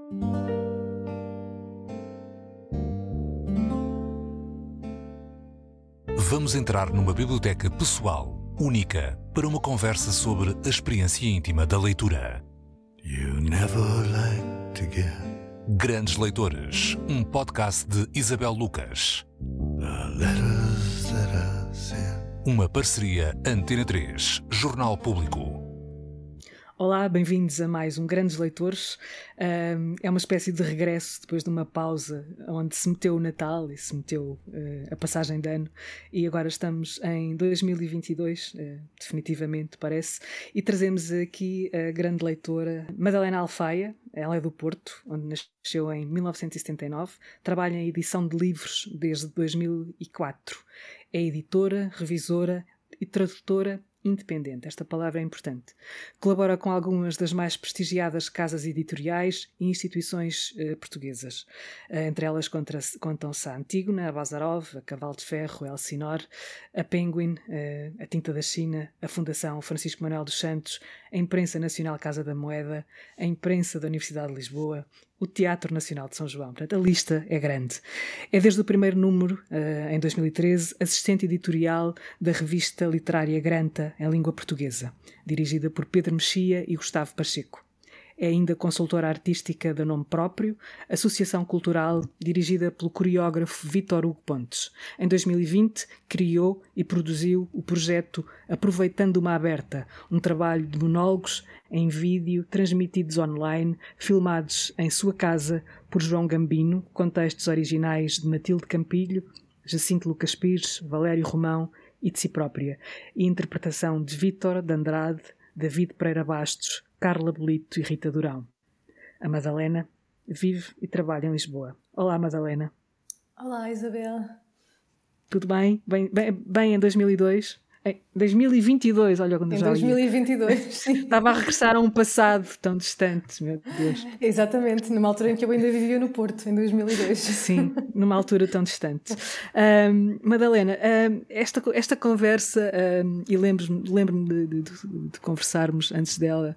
Vamos entrar numa biblioteca pessoal, única, para uma conversa sobre a experiência íntima da leitura. You never like to get Grandes Leitores, um podcast de Isabel Lucas. the letters that I sent. Uma parceria Antena 3, Jornal Público. Olá, bem-vindos a mais um Grandes Leitores. É uma espécie de regresso depois de uma pausa onde se meteu o Natal e se meteu a passagem de ano, e agora estamos em 2022, definitivamente parece, e trazemos aqui a grande leitora Madalena Alfaia. Ela é do Porto, onde nasceu em 1979, trabalha em edição de livros desde 2004. É editora, revisora e tradutora independente. Esta palavra é importante. Colabora com algumas das mais prestigiadas casas editoriais e instituições portuguesas. Entre elas contam-se a Antígona, a Bazarov, a Cavalo de Ferro, a Elsinor, a Penguin, a Tinta da China, a Fundação Francisco Manuel dos Santos, a Imprensa Nacional Casa da Moeda, a Imprensa da Universidade de Lisboa, o Teatro Nacional de São João. Portanto, a lista é grande. É desde o primeiro número, em 2013, assistente editorial da revista literária Granta, em língua portuguesa, dirigida por Pedro Mexia e Gustavo Pacheco. É ainda consultora artística de nome próprio, associação cultural dirigida pelo coreógrafo Vítor Hugo Pontes. Em 2020, criou e produziu o projeto Aproveitando uma Aberta, um trabalho de monólogos em vídeo, transmitidos online, filmados em sua casa por João Gambino, com textos originais de Matilde Campilho, Jacinto Lucas Pires, Valério Romão e de si própria, e interpretação de Vítor de Andrade, David Pereira Bastos, Carla Bolito e Rita Durão. A Madalena vive e trabalha em Lisboa. Olá, Madalena. Olá, Isabel. Tudo bem? Bem em 2002? Em 2022, olha quando Em já li. 2022, sim. Estava a regressar a um passado tão distante, meu Deus. Exatamente, numa altura em que eu ainda vivia no Porto, em 2002. Sim, numa altura tão distante. Madalena, esta conversa, e lembro-me de conversarmos antes dela,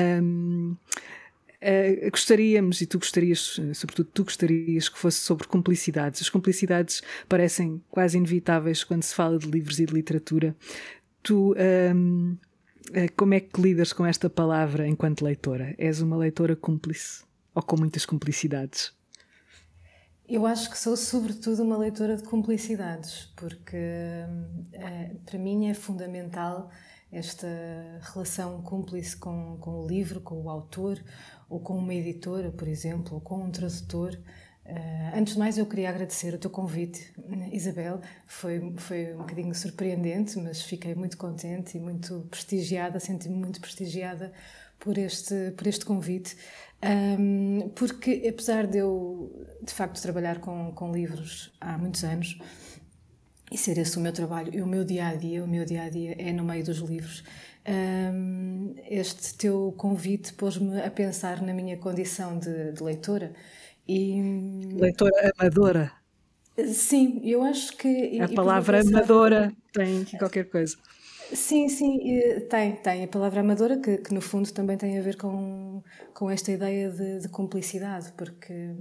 gostaríamos, e tu gostarias, sobretudo tu gostarias, que fosse sobre cumplicidades. As cumplicidades parecem quase inevitáveis quando se fala de livros e de literatura. Tu, como é que lidas com esta palavra enquanto leitora? És uma leitora cúmplice ou com muitas cumplicidades? Eu acho que sou sobretudo uma leitora de cumplicidades, porque para mim é fundamental esta relação cúmplice com o livro, com o autor, ou com uma editora, por exemplo, ou com um tradutor. Antes de mais, eu queria agradecer o teu convite, Isabel. Foi um bocadinho surpreendente, mas fiquei muito contente e muito prestigiada, senti-me muito prestigiada por este convite. Porque, apesar de eu, de facto, trabalhar com livros há muitos anos, e ser esse o meu trabalho e o meu dia-a-dia é no meio dos livros, este teu convite pôs-me a pensar na minha condição de leitora. E, Leitora amadora. sim, eu acho que... A palavra amadora tem aqui qualquer coisa. Sim, tem. A palavra amadora que no fundo também tem a ver com esta ideia de cumplicidade, porque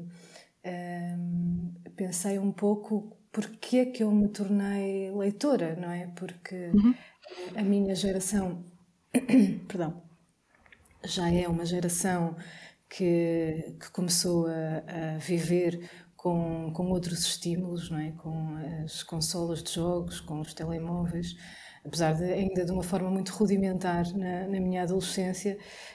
pensei um pouco porque é que eu me tornei leitora, não é? Porque a minha geração, perdão, já é uma geração que começou a viver com outros estímulos, não é? Com as consolas de jogos, com os telemóveis, apesar de ainda de uma forma muito rudimentar na minha adolescência,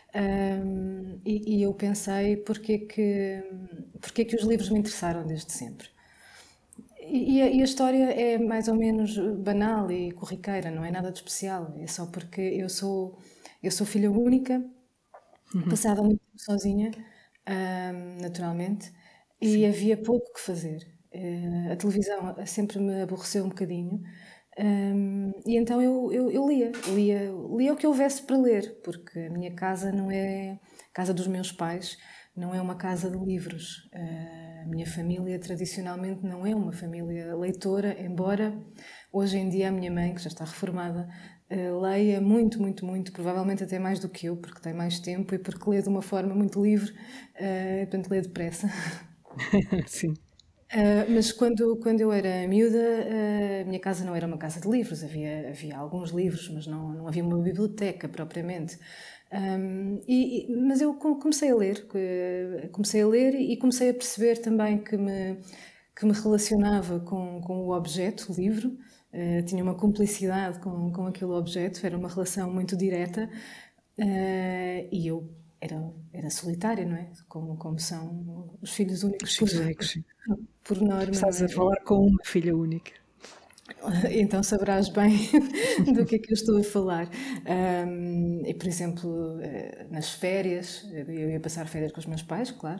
e eu pensei porque é que os livros me interessaram desde sempre. E a história é mais ou menos banal e corriqueira, não é nada de especial, é só porque eu sou filha única, passava muito tempo sozinha, naturalmente, e havia pouco que fazer. A televisão sempre me aborreceu um bocadinho, e então eu lia o que houvesse para ler, porque a minha casa não é a casa dos meus pais, não é uma casa de livros. A minha família tradicionalmente não é uma família leitora, embora hoje em dia a minha mãe, que já está reformada, leia muito, muito, muito, provavelmente até mais do que eu, porque tem mais tempo e porque lê de uma forma muito livre, portanto lê depressa. Sim. Mas quando eu era miúda, a minha casa não era uma casa de livros, havia alguns livros, mas não havia uma biblioteca propriamente. Mas eu comecei a ler, e comecei a perceber também que me relacionava com o objeto, o livro. Tinha uma cumplicidade com aquele objeto, era uma relação muito direta, e eu era solitária, não é? Como são os filhos únicos. Os filhos únicos, sim. Por norma. Estás a falar com uma filha única. Então saberás bem do que é que eu estou a falar. E, por exemplo, nas férias, eu ia passar férias com os meus pais, claro,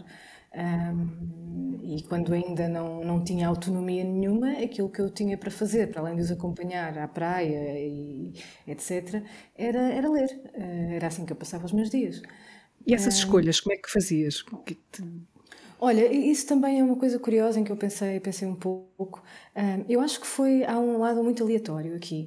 e quando ainda não tinha autonomia nenhuma, aquilo que eu tinha para fazer, para além de os acompanhar à praia e etc., era ler. Era assim que eu passava os meus dias. E essas escolhas, como é que fazias? Olha, isso também é uma coisa curiosa em que eu pensei um pouco. Eu acho que há um lado muito aleatório aqui.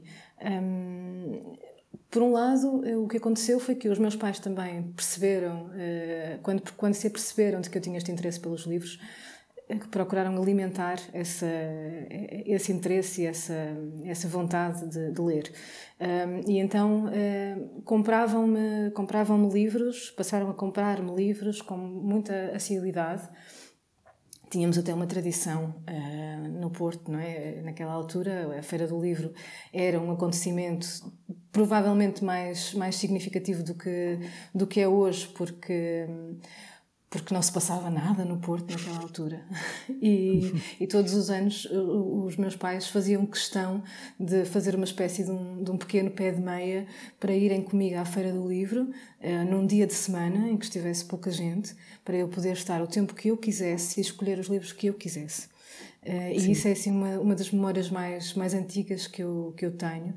Por um lado, o que aconteceu foi que os meus pais também perceberam, quando se aperceberam de que eu tinha este interesse pelos livros, que procuraram alimentar esse interesse e essa vontade de ler. E então compravam-me livros, passaram a comprar-me livros com muita assiduidade. Tínhamos até uma tradição no Porto, não é? Naquela altura, a Feira do Livro era um acontecimento provavelmente mais significativo do que é hoje, porque não se passava nada no Porto naquela altura. E todos os anos os meus pais faziam questão de fazer uma espécie de um pequeno pé de meia para irem comigo à Feira do Livro, num dia de semana em que estivesse pouca gente, para eu poder estar o tempo que eu quisesse e escolher os livros que eu quisesse. E isso é assim uma das memórias mais antigas que eu tenho.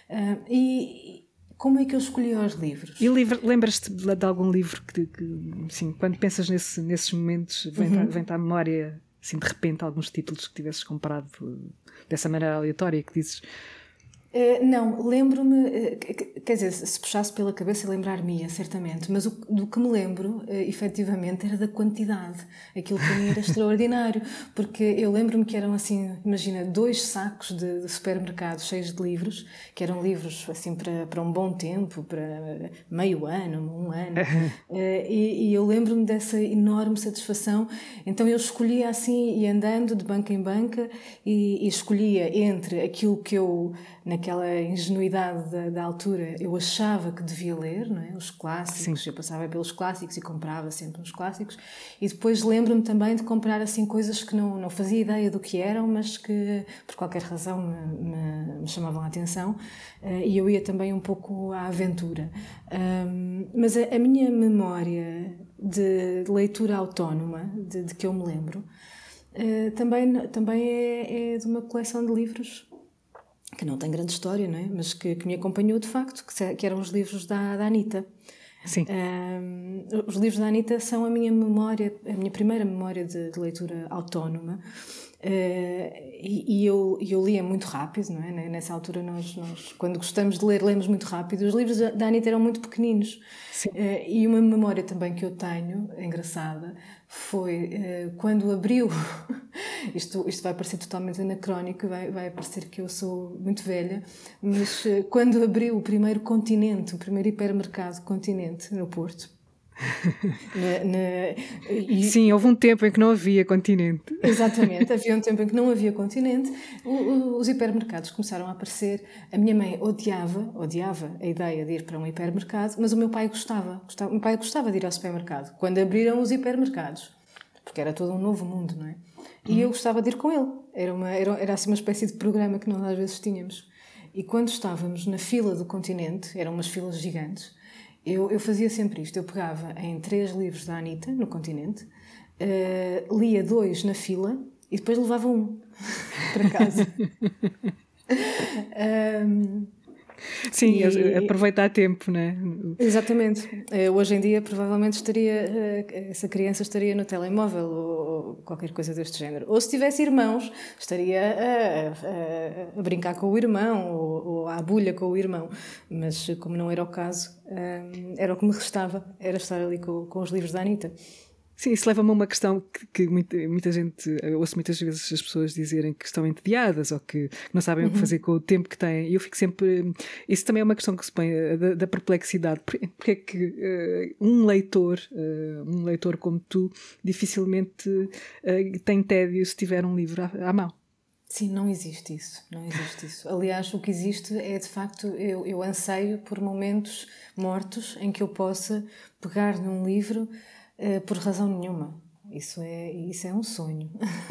Como é que eu escolhi os livros? E lembras-te de algum livro que sim, quando pensas nesses momentos, vem-te à memória, assim, de repente, alguns títulos que tivesses comprado dessa maneira aleatória, que dizes... Não, lembro-me, quer dizer, se puxasse pela cabeça lembrar-me-ia, certamente, mas do que me lembro, efetivamente, era da quantidade. Aquilo para mim era extraordinário, porque eu lembro-me que eram assim, imagina, 2 sacos de supermercado cheios de livros, que eram livros assim para um bom tempo, para meio ano, 1 ano, e eu lembro-me dessa enorme satisfação. Então eu escolhia assim, ia andando de banca em banca e escolhia entre aquilo que eu, naquela ingenuidade da altura, eu achava que devia ler, não é? Os clássicos. Sim. Eu passava pelos clássicos e comprava sempre uns clássicos, e depois lembro-me também de comprar assim coisas que não fazia ideia do que eram, mas que por qualquer razão me chamavam a atenção, e eu ia também um pouco à aventura. Mas a minha memória de leitura autónoma, de que eu me lembro, também é de uma coleção de livros que não tem grande história, não é? Mas que me acompanhou de facto, que eram os livros da Anitta. Sim. Os livros da Anitta são a minha primeira memória de leitura autónoma. E eu lia muito rápido, não é? Nessa altura nós quando gostamos de ler, lemos muito rápido. Os livros da Anitta eram muito pequeninos. E uma memória também que eu tenho, engraçada, foi quando abriu isto vai parecer totalmente anacrónico, vai parecer que eu sou muito velha, mas quando abriu o primeiro Continente, o primeiro hipermercado Continente no Porto. Sim, houve um tempo em que não havia Continente. Exatamente, havia um tempo em que não havia Continente. Os hipermercados começaram a aparecer. A minha mãe odiava a ideia de ir para um hipermercado, mas o meu pai gostava. O meu pai gostava de ir ao supermercado quando abriram os hipermercados, porque era todo um novo mundo, não é? E eu gostava de ir com ele. Era assim uma espécie de programa que nós às vezes tínhamos. E quando estávamos na fila do Continente, eram umas filas gigantes, eu fazia sempre isto. Eu pegava em 3 livros da Anitta, no Continente, lia 2 na fila e depois levava 1 para casa. Sim, aproveitar tempo, não é? Exatamente. Hoje em dia provavelmente essa criança estaria no telemóvel ou qualquer coisa deste género. Ou se tivesse irmãos, estaria a brincar com o irmão ou à bulha com o irmão. Mas como não era o caso, era o que me restava, era estar ali com os livros da Anita. Sim, isso leva-me a uma questão que muita gente, eu ouço muitas vezes as pessoas dizerem que estão entediadas ou que não sabem o que fazer com o tempo que têm, e eu fico sempre... Isso também é uma questão que se põe da perplexidade. Porque é que um leitor como tu dificilmente tem tédio se tiver um livro à mão? Sim, não existe isso. Aliás, o que existe é, de facto, eu anseio por momentos mortos em que eu possa pegar num livro por razão nenhuma. Isso é um sonho.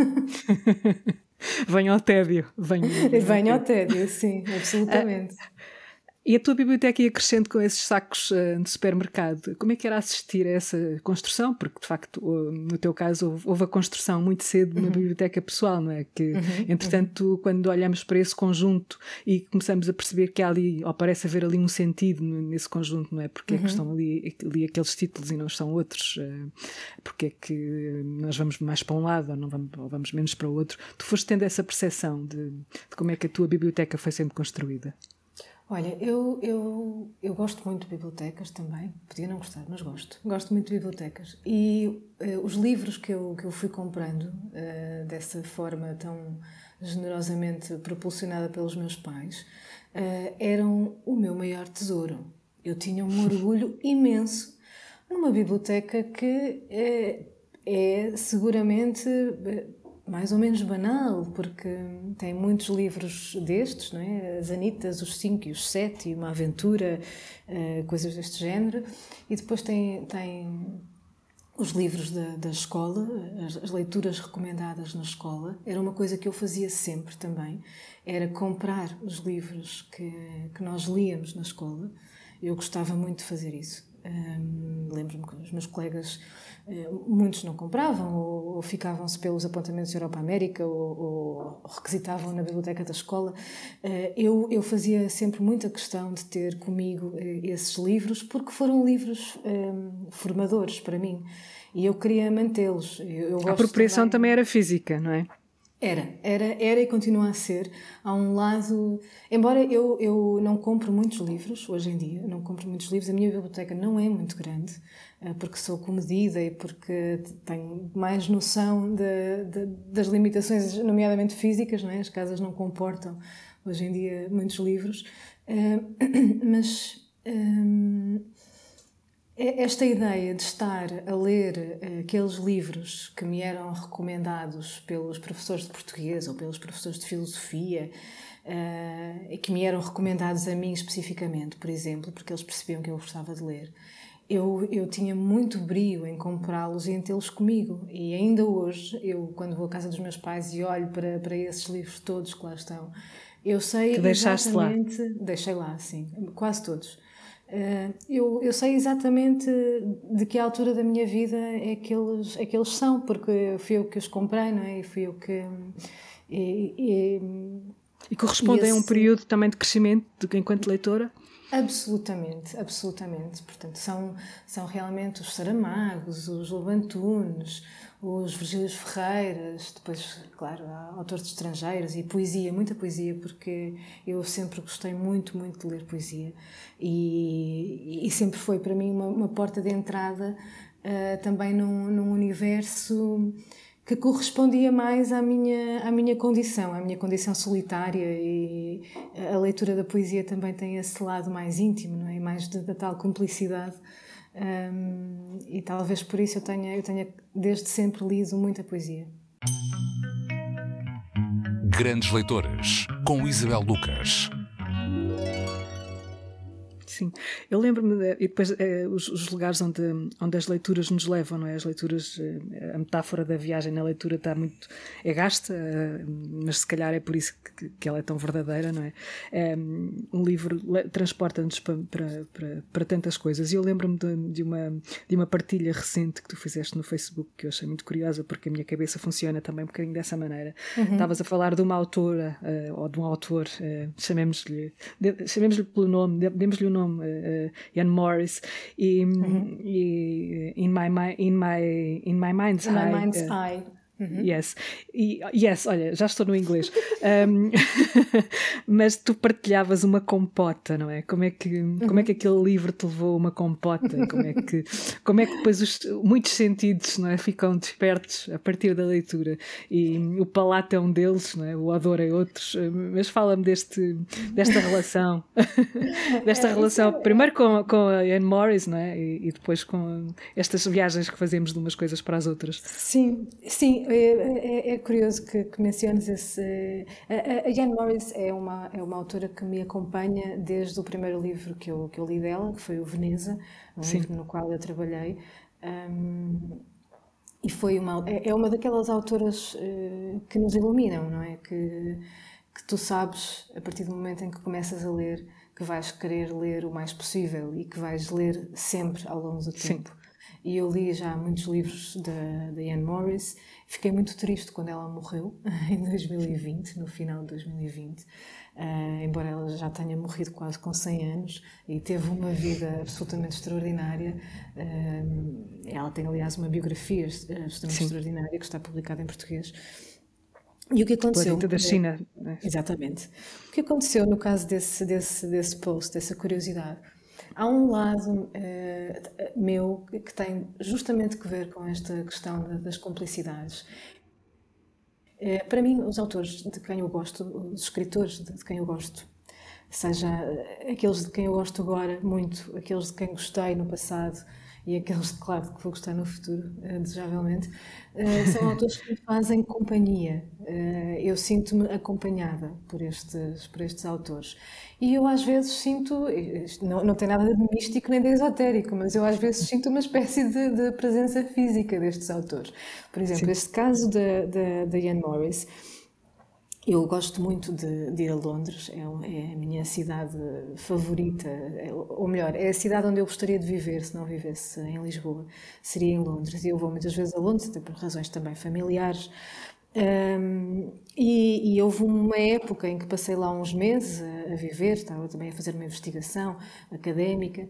Venha ao tédio. Venha ao tédio, sim, absolutamente. E a tua biblioteca ia crescendo com esses sacos de supermercado. Como é que era assistir a essa construção? Porque, de facto, no teu caso, houve a construção muito cedo de uma biblioteca pessoal, não é? Que, entretanto, quando olhamos para esse conjunto e começamos a perceber que há ali, ou parece haver ali um sentido nesse conjunto, não é? Porque é que estão ali aqueles títulos e não estão outros? Porque é que nós vamos mais para um lado ou vamos menos para o outro? Tu foste tendo essa percepção de como é que a tua biblioteca foi sendo construída? Olha, eu gosto muito de bibliotecas também. Podia não gostar, mas gosto. Gosto muito de bibliotecas. E os livros que eu fui comprando dessa forma tão generosamente propulsionada pelos meus pais eram o meu maior tesouro. Eu tinha um orgulho imenso numa biblioteca que é seguramente... mais ou menos banal, porque tem muitos livros destes, não é? As Anitas, os 5 e os 7 e uma aventura, coisas deste género. E depois tem os livros da escola, as leituras recomendadas na escola. Era uma coisa que eu fazia sempre também, era comprar os livros que nós líamos na escola. Eu gostava muito de fazer isso. Lembro-me que os meus colegas, muitos não compravam ou ficavam-se pelos apontamentos Europa-América ou requisitavam na biblioteca da escola. Eu fazia sempre muita questão de ter comigo esses livros porque foram livros formadores para mim e eu queria mantê-los. A apropriação também era física, não é? Era e continua a ser. Há um lado... Embora eu não compre muitos livros, hoje em dia, não compro muitos livros, a minha biblioteca não é muito grande, porque sou comedida e porque tenho mais noção das limitações, nomeadamente físicas, não é? As casas não comportam, hoje em dia, muitos livros. Mas... esta ideia de estar a ler aqueles livros que me eram recomendados pelos professores de português ou pelos professores de filosofia e que me eram recomendados a mim especificamente, por exemplo, porque eles percebiam que eu gostava de ler, eu tinha muito brio em comprá-los e em tê-los comigo. E ainda hoje, eu quando vou à casa dos meus pais e olho para esses livros todos que lá estão, eu sei que deixaste exatamente... Lá. Deixei lá, sim, quase todos. Eu sei exatamente de que altura da minha vida é que eles são, porque fui eu que os comprei, não é? E fui eu que... E correspondem a um período também de crescimento enquanto leitora? Absolutamente. Portanto, são realmente os Saramagos, os Lobantunes, os Virgílios Ferreiras, depois, claro, há autores estrangeiros e poesia, muita poesia, porque eu sempre gostei muito, muito de ler poesia e sempre foi para mim uma porta de entrada também num universo que correspondia mais à minha condição solitária, e a leitura da poesia também tem esse lado mais íntimo, não é? Mais da tal cumplicidade. E talvez por isso eu tenha desde sempre lido muita poesia. Grandes Leitoras, com Isabel Lucas. sim. Eu lembro-me, e depois os lugares onde as leituras nos levam, não é? As leituras, a metáfora da viagem na leitura está muito, é gasta, mas se calhar é por isso que ela é tão verdadeira, não é? Um livro transporta-nos para tantas coisas. E eu lembro-me de uma partilha recente que tu fizeste no Facebook, que eu achei muito curiosa, porque a minha cabeça funciona também um bocadinho dessa maneira. Estavas a falar de uma autora, ou de um autor, chamemos-lhe pelo nome, demos-lhe o nome, Ian Morris, e In My Mind's Eye. Yes. Yes, olha, já estou no inglês. Mas tu partilhavas uma compota, não é? Como é que aquele livro te levou a uma compota? Como é que depois muitos sentidos, não é, ficam despertos a partir da leitura? E o palato é um deles, não é? O odor é outros. Mas fala-me desta relação. Desta relação, primeiro com a Anne Morris, não é? E depois com estas viagens que fazemos de umas coisas para as outras. Sim. É curioso que menciones esse. A Ian Morris é uma autora que me acompanha desde o primeiro livro que eu li dela, que foi o Veneza, livro no qual eu trabalhei. E é uma daquelas autoras que nos iluminam, não é? Que tu sabes, a partir do momento em que começas a ler, que vais querer ler o mais possível e que vais ler sempre ao longo do tempo. E eu li já muitos livros da Ian Morris. Fiquei muito triste quando ela morreu, em 2020, no final de 2020. Embora ela já tenha morrido quase com 100 anos e teve uma vida absolutamente extraordinária. Ela tem, aliás, uma biografia absolutamente extraordinária que está publicada em português. E o que aconteceu? Da China. Exatamente. O que aconteceu no caso desse post, dessa curiosidade? Há um lado meu que tem justamente que ver com esta questão das complicidades. Para mim, os autores de quem eu gosto, os escritores de quem eu gosto, seja aqueles de quem eu gosto agora muito, aqueles de quem gostei no passado e aqueles, claro, que vou gostar no futuro, desejavelmente, são autores que me fazem companhia. Eu sinto-me acompanhada por estes autores. E eu às vezes sinto, isto não tem nada de místico nem de esotérico, mas eu às vezes sinto uma espécie de presença física destes autores. Por exemplo, este caso da Ian Morris. Eu gosto muito de ir a Londres, é a minha cidade favorita, ou melhor, é a cidade onde eu gostaria de viver se não vivesse em Lisboa, seria em Londres. E eu vou muitas vezes a Londres, até por razões também familiares. E houve uma época em que passei lá uns meses a viver, estava também a fazer uma investigação académica,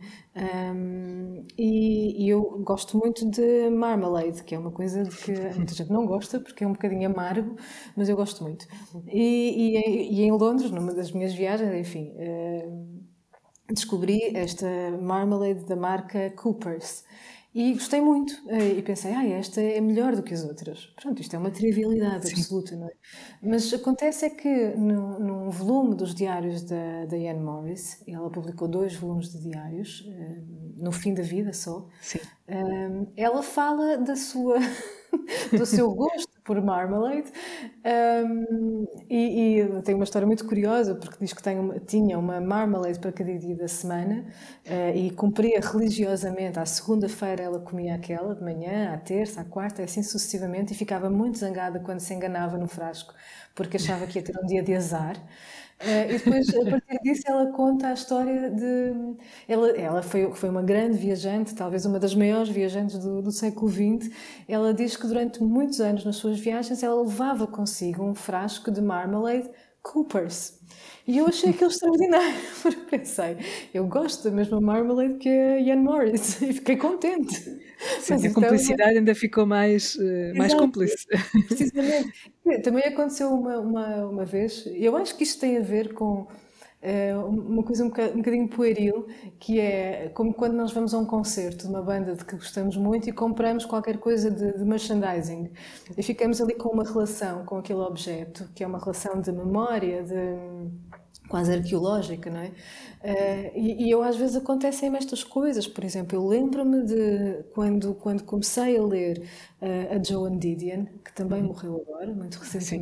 e eu gosto muito de marmalade, que é uma coisa de que muita gente não gosta porque é um bocadinho amargo, mas eu gosto muito. E em Londres, numa das minhas viagens, enfim, descobri esta marmalade da marca Coopers. E gostei muito, e pensei, esta é melhor do que as outras. Pronto, isto é uma trivialidade absoluta, não é? Mas acontece é que num volume dos diários da Ian Morris, ela publicou 2 volumes de diários, no fim da vida só, ela fala do seu gosto por marmalade, e tem uma história muito curiosa, porque diz que tinha uma marmalade para cada dia da semana, e cumpria religiosamente. À segunda-feira ela comia aquela de manhã, à terça, à quarta, e assim sucessivamente, e ficava muito zangada quando se enganava no frasco, porque achava que ia ter um dia de azar. E depois, a partir disso, ela conta a história de... Ela foi uma grande viajante, talvez uma das maiores viajantes do século XX. Ela diz que durante muitos anos nas suas viagens ela levava consigo um frasco de marmalade Coopers. E eu achei aquilo extraordinário, porque pensei, eu gosto da mesma marmalade que a Ian Morris, e fiquei contente. Sim, mas a cumplicidade ainda ficou mais cúmplice. Precisamente. Também aconteceu uma vez, eu acho que isto tem a ver com uma coisa um bocadinho pueril, que é como quando nós vamos a um concerto de uma banda de que gostamos muito e compramos qualquer coisa de merchandising. E ficamos ali com uma relação com aquele objeto, que é uma relação de memória, quase arqueológica, não é? E eu às vezes acontecem-me estas coisas. Por exemplo, eu lembro-me de quando comecei a ler a Joan Didion, que também morreu agora, muito recentemente.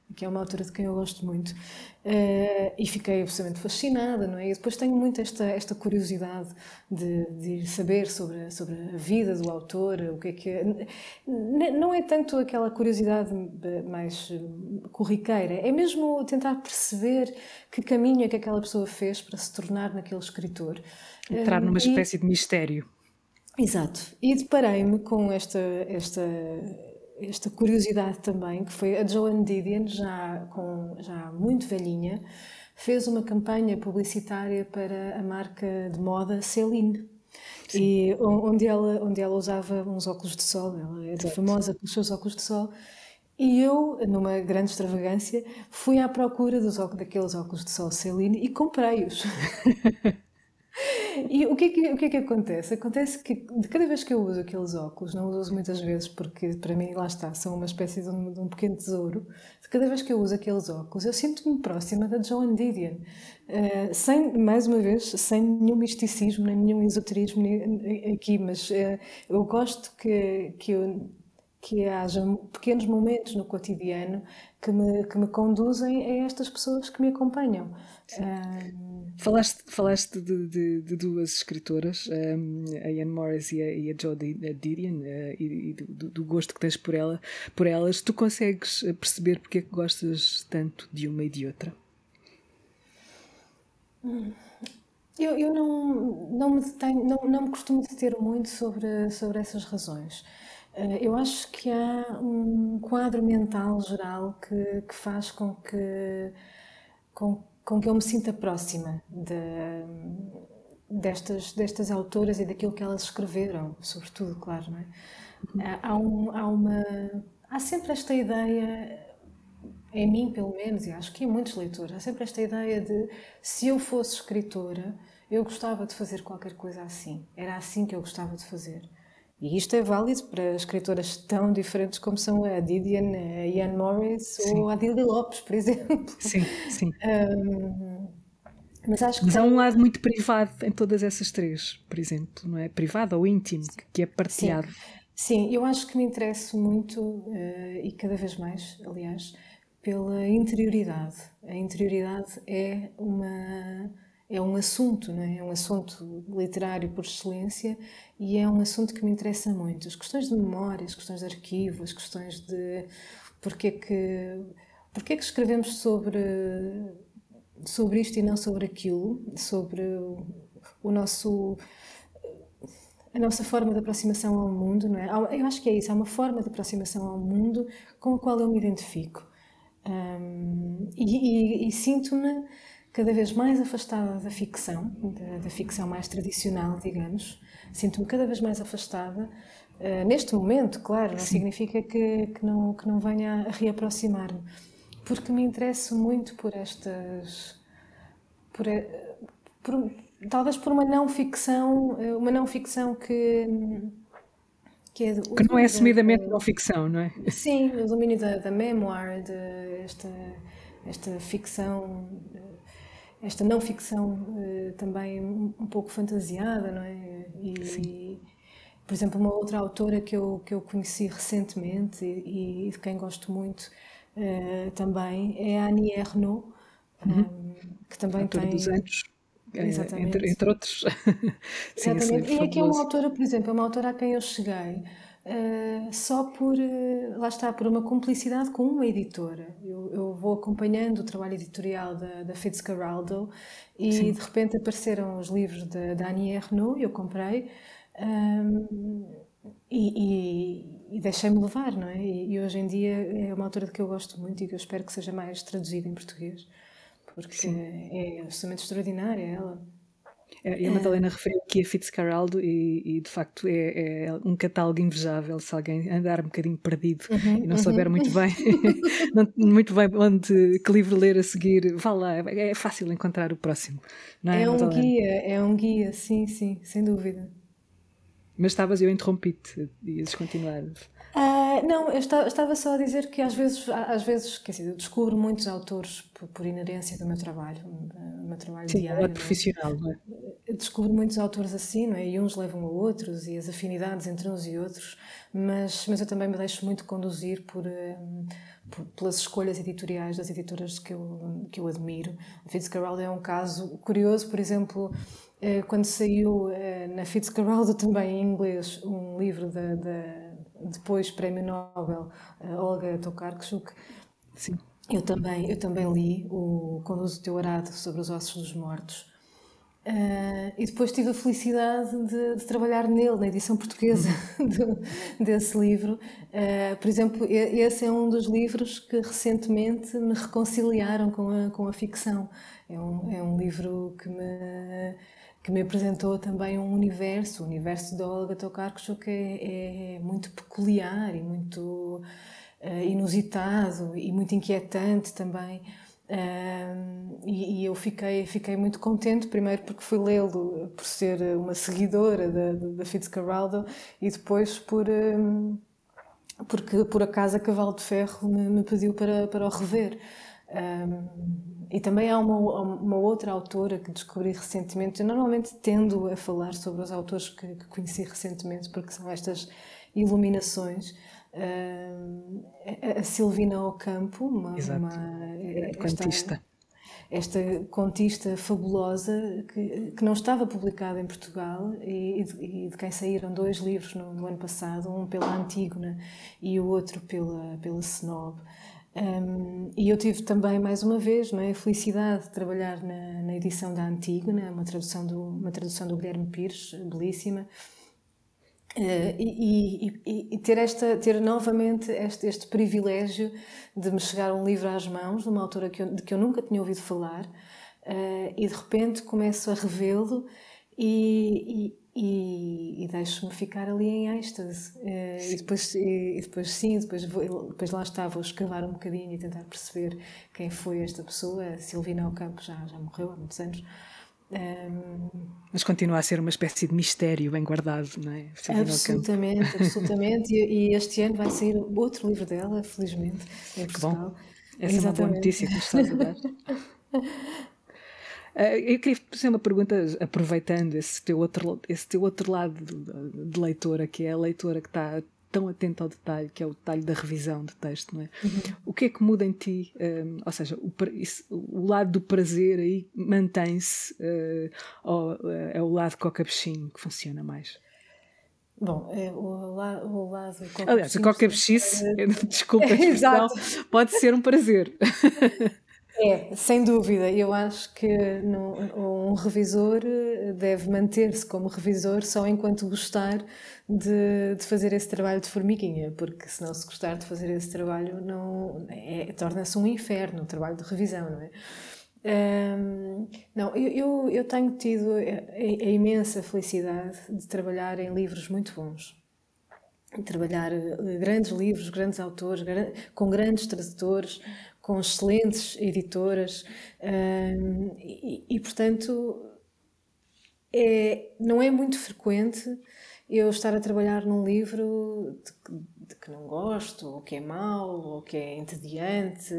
que é uma autora de quem eu gosto muito, e fiquei absolutamente fascinada, não é? E depois tenho muito esta curiosidade de ir saber sobre a vida do autor, o que é. Não é tanto aquela curiosidade mais corriqueira, é mesmo tentar perceber que caminho é que aquela pessoa fez para se tornar naquele escritor. Entrar numa espécie de mistério. Exato. E deparei-me com esta curiosidade também, que foi a Joan Didion, já muito velhinha, fez uma campanha publicitária para a marca de moda Celine. Sim. E onde ela usava uns óculos de sol, ela era famosa pelos seus óculos de sol, e eu, numa grande extravagância, fui à procura daqueles óculos de sol Celine e comprei-os. E o que é que acontece? Acontece que de cada vez que eu uso aqueles óculos, não os uso muitas vezes porque para mim, lá está, são uma espécie de um pequeno tesouro. De cada vez que eu uso aqueles óculos, eu sinto-me próxima da Joan Didion. Mais uma vez, sem nenhum misticismo, nem nenhum esoterismo aqui, mas eu gosto que haja pequenos momentos no cotidiano que me conduzem a estas pessoas que me acompanham. Falaste de duas escritoras, a Anne Morris e a Jo Didion, e do gosto que tens por elas. Tu consegues perceber porque é que gostas tanto de uma e de outra? Eu não me costumo deter muito sobre essas razões. Eu acho que há um quadro mental geral que faz com que eu me sinta próxima destas autoras e daquilo que elas escreveram, sobretudo, claro, não é? Há sempre esta ideia, em mim pelo menos, e acho que em muitos leitores, há sempre esta ideia de se eu fosse escritora, eu gostava de fazer qualquer coisa assim, era assim que eu gostava de fazer. E isto é válido para escritoras tão diferentes como são a Didion, a Anne Morris, sim, ou a Adília Lopes, por exemplo. Sim, sim. Mas acho que há um lado muito privado em todas essas três, por exemplo, não é? Privado ou íntimo, que é partilhado. Sim, eu acho que me interesso muito, e cada vez mais, aliás, pela interioridade. A interioridade é um assunto, não é? É um assunto literário por excelência e é um assunto que me interessa muito. As questões de memória, as questões de arquivo, as questões de porque é que escrevemos sobre isto e não sobre aquilo, sobre a nossa forma de aproximação ao mundo, não é? Eu acho que é isso, há uma forma de aproximação ao mundo com a qual eu me identifico. E sinto-me cada vez mais afastada da ficção, da ficção mais tradicional, digamos. Sinto-me cada vez mais afastada. Neste momento, claro, não significa que não venha a reaproximar-me. Porque me interesso muito por estas... talvez por uma não ficção que é que não é assumidamente não ficção, não é? Sim, o domínio da memoir, esta ficção... esta não ficção também um pouco fantasiada, não é? E, por exemplo, uma outra autora que eu conheci recentemente e de quem gosto muito também é a Annie Ernaux, que também autora dos anos, entre outros. Sim, exatamente. E aqui é uma autora, por exemplo, é uma autora a quem eu cheguei só lá está, por uma cumplicidade com uma editora. Eu vou acompanhando o trabalho editorial da Fitzcarraldo e sim, de repente apareceram os livros da Annie Ernaux, eu comprei e deixei-me levar, não é? E hoje em dia é uma autora de que eu gosto muito e que eu espero que seja mais traduzida em português, porque sim, é absolutamente extraordinária ela. E a Madalena referiu aqui a Fitzcarraldo e de facto é um catálogo invejável se alguém andar um bocadinho perdido e não souber muito bem que livro ler a seguir, vá lá, é fácil encontrar o próximo, não é? É um guia, sim, sem dúvida. Mas eu interrompi-te, ias continuar. Não, eu estava só a dizer que às vezes, quer dizer, eu descubro muitos autores por inerência do meu trabalho Sim, é diário, não é? profissional, não é? Eu descubro muitos autores assim, não é? E uns levam a outros, e as afinidades entre uns e outros, mas eu também me deixo muito conduzir pelas escolhas editoriais das editoras que eu admiro. A Fitzcarraldo é um caso curioso, por exemplo, quando saiu na Fitzcarraldo também em inglês um livro depois Prémio Nobel, Olga Tokarczuk. Sim. Eu também li o Conduz o Teu Arado sobre os Ossos dos Mortos. E depois tive a felicidade de trabalhar nele, na edição portuguesa desse livro. Por exemplo, esse é um dos livros que recentemente me reconciliaram com a ficção. É um livro que me apresentou também um universo. O universo da Olga Tokarczuk é muito peculiar e muito inusitado e muito inquietante também. E eu fiquei muito contente, primeiro porque fui lê-lo por ser uma seguidora da Fitzcarraldo e depois porque por acaso a Cavalo de Ferro me pediu para o rever. E também há uma outra autora que descobri recentemente. Eu normalmente tendo a falar sobre os autores que conheci recentemente, porque são estas iluminações. A Silvina Ocampo, Contista. esta contista fabulosa que não estava publicada em Portugal e de quem saíram 2 livros no ano passado, um pela Antígona e o outro pela Snob. E eu tive também, mais uma vez, não é, a felicidade de trabalhar na edição da Antígona, uma tradução do Guilherme Pires, belíssima. E ter novamente este privilégio de me chegar um livro às mãos de uma autora de que eu nunca tinha ouvido falar, e de repente começo a revê-lo e deixo-me ficar ali em êxtase. Depois lá está, vou escavar um bocadinho e tentar perceber quem foi esta pessoa. A Silvina Ocampo já morreu há muitos anos. Mas continua a ser uma espécie de mistério bem guardado, não é? Absolutamente. E este ano vai sair outro livro dela, felizmente, em Portugal. Bom. Essa é uma boa notícia que nos estás a dar. Eu queria fazer uma pergunta, aproveitando esse teu outro lado de leitora, que é a leitora que está tão atenta ao detalhe, que é o detalhe da revisão do texto, não é? O que é que muda em ti? Ou seja, o lado do prazer aí mantém-se, ou é o lado coca-bichinho que funciona mais? Bom, o lado coca-bichinho... Aliás, a coca-bichice, desculpa a expressão, pode ser um prazer. Sem dúvida. Eu acho que um revisor deve manter-se como revisor só enquanto gostar de fazer esse trabalho de formiguinha, porque se não se gostar de fazer esse trabalho, torna-se um inferno o trabalho de revisão, não é? Eu tenho tido a imensa felicidade de trabalhar em livros muito bons. Trabalhar grandes livros, grandes autores, com grandes tradutores, com excelentes editoras, portanto não é muito frequente eu estar a trabalhar num livro de que não gosto, ou que é mau, ou que é entediante.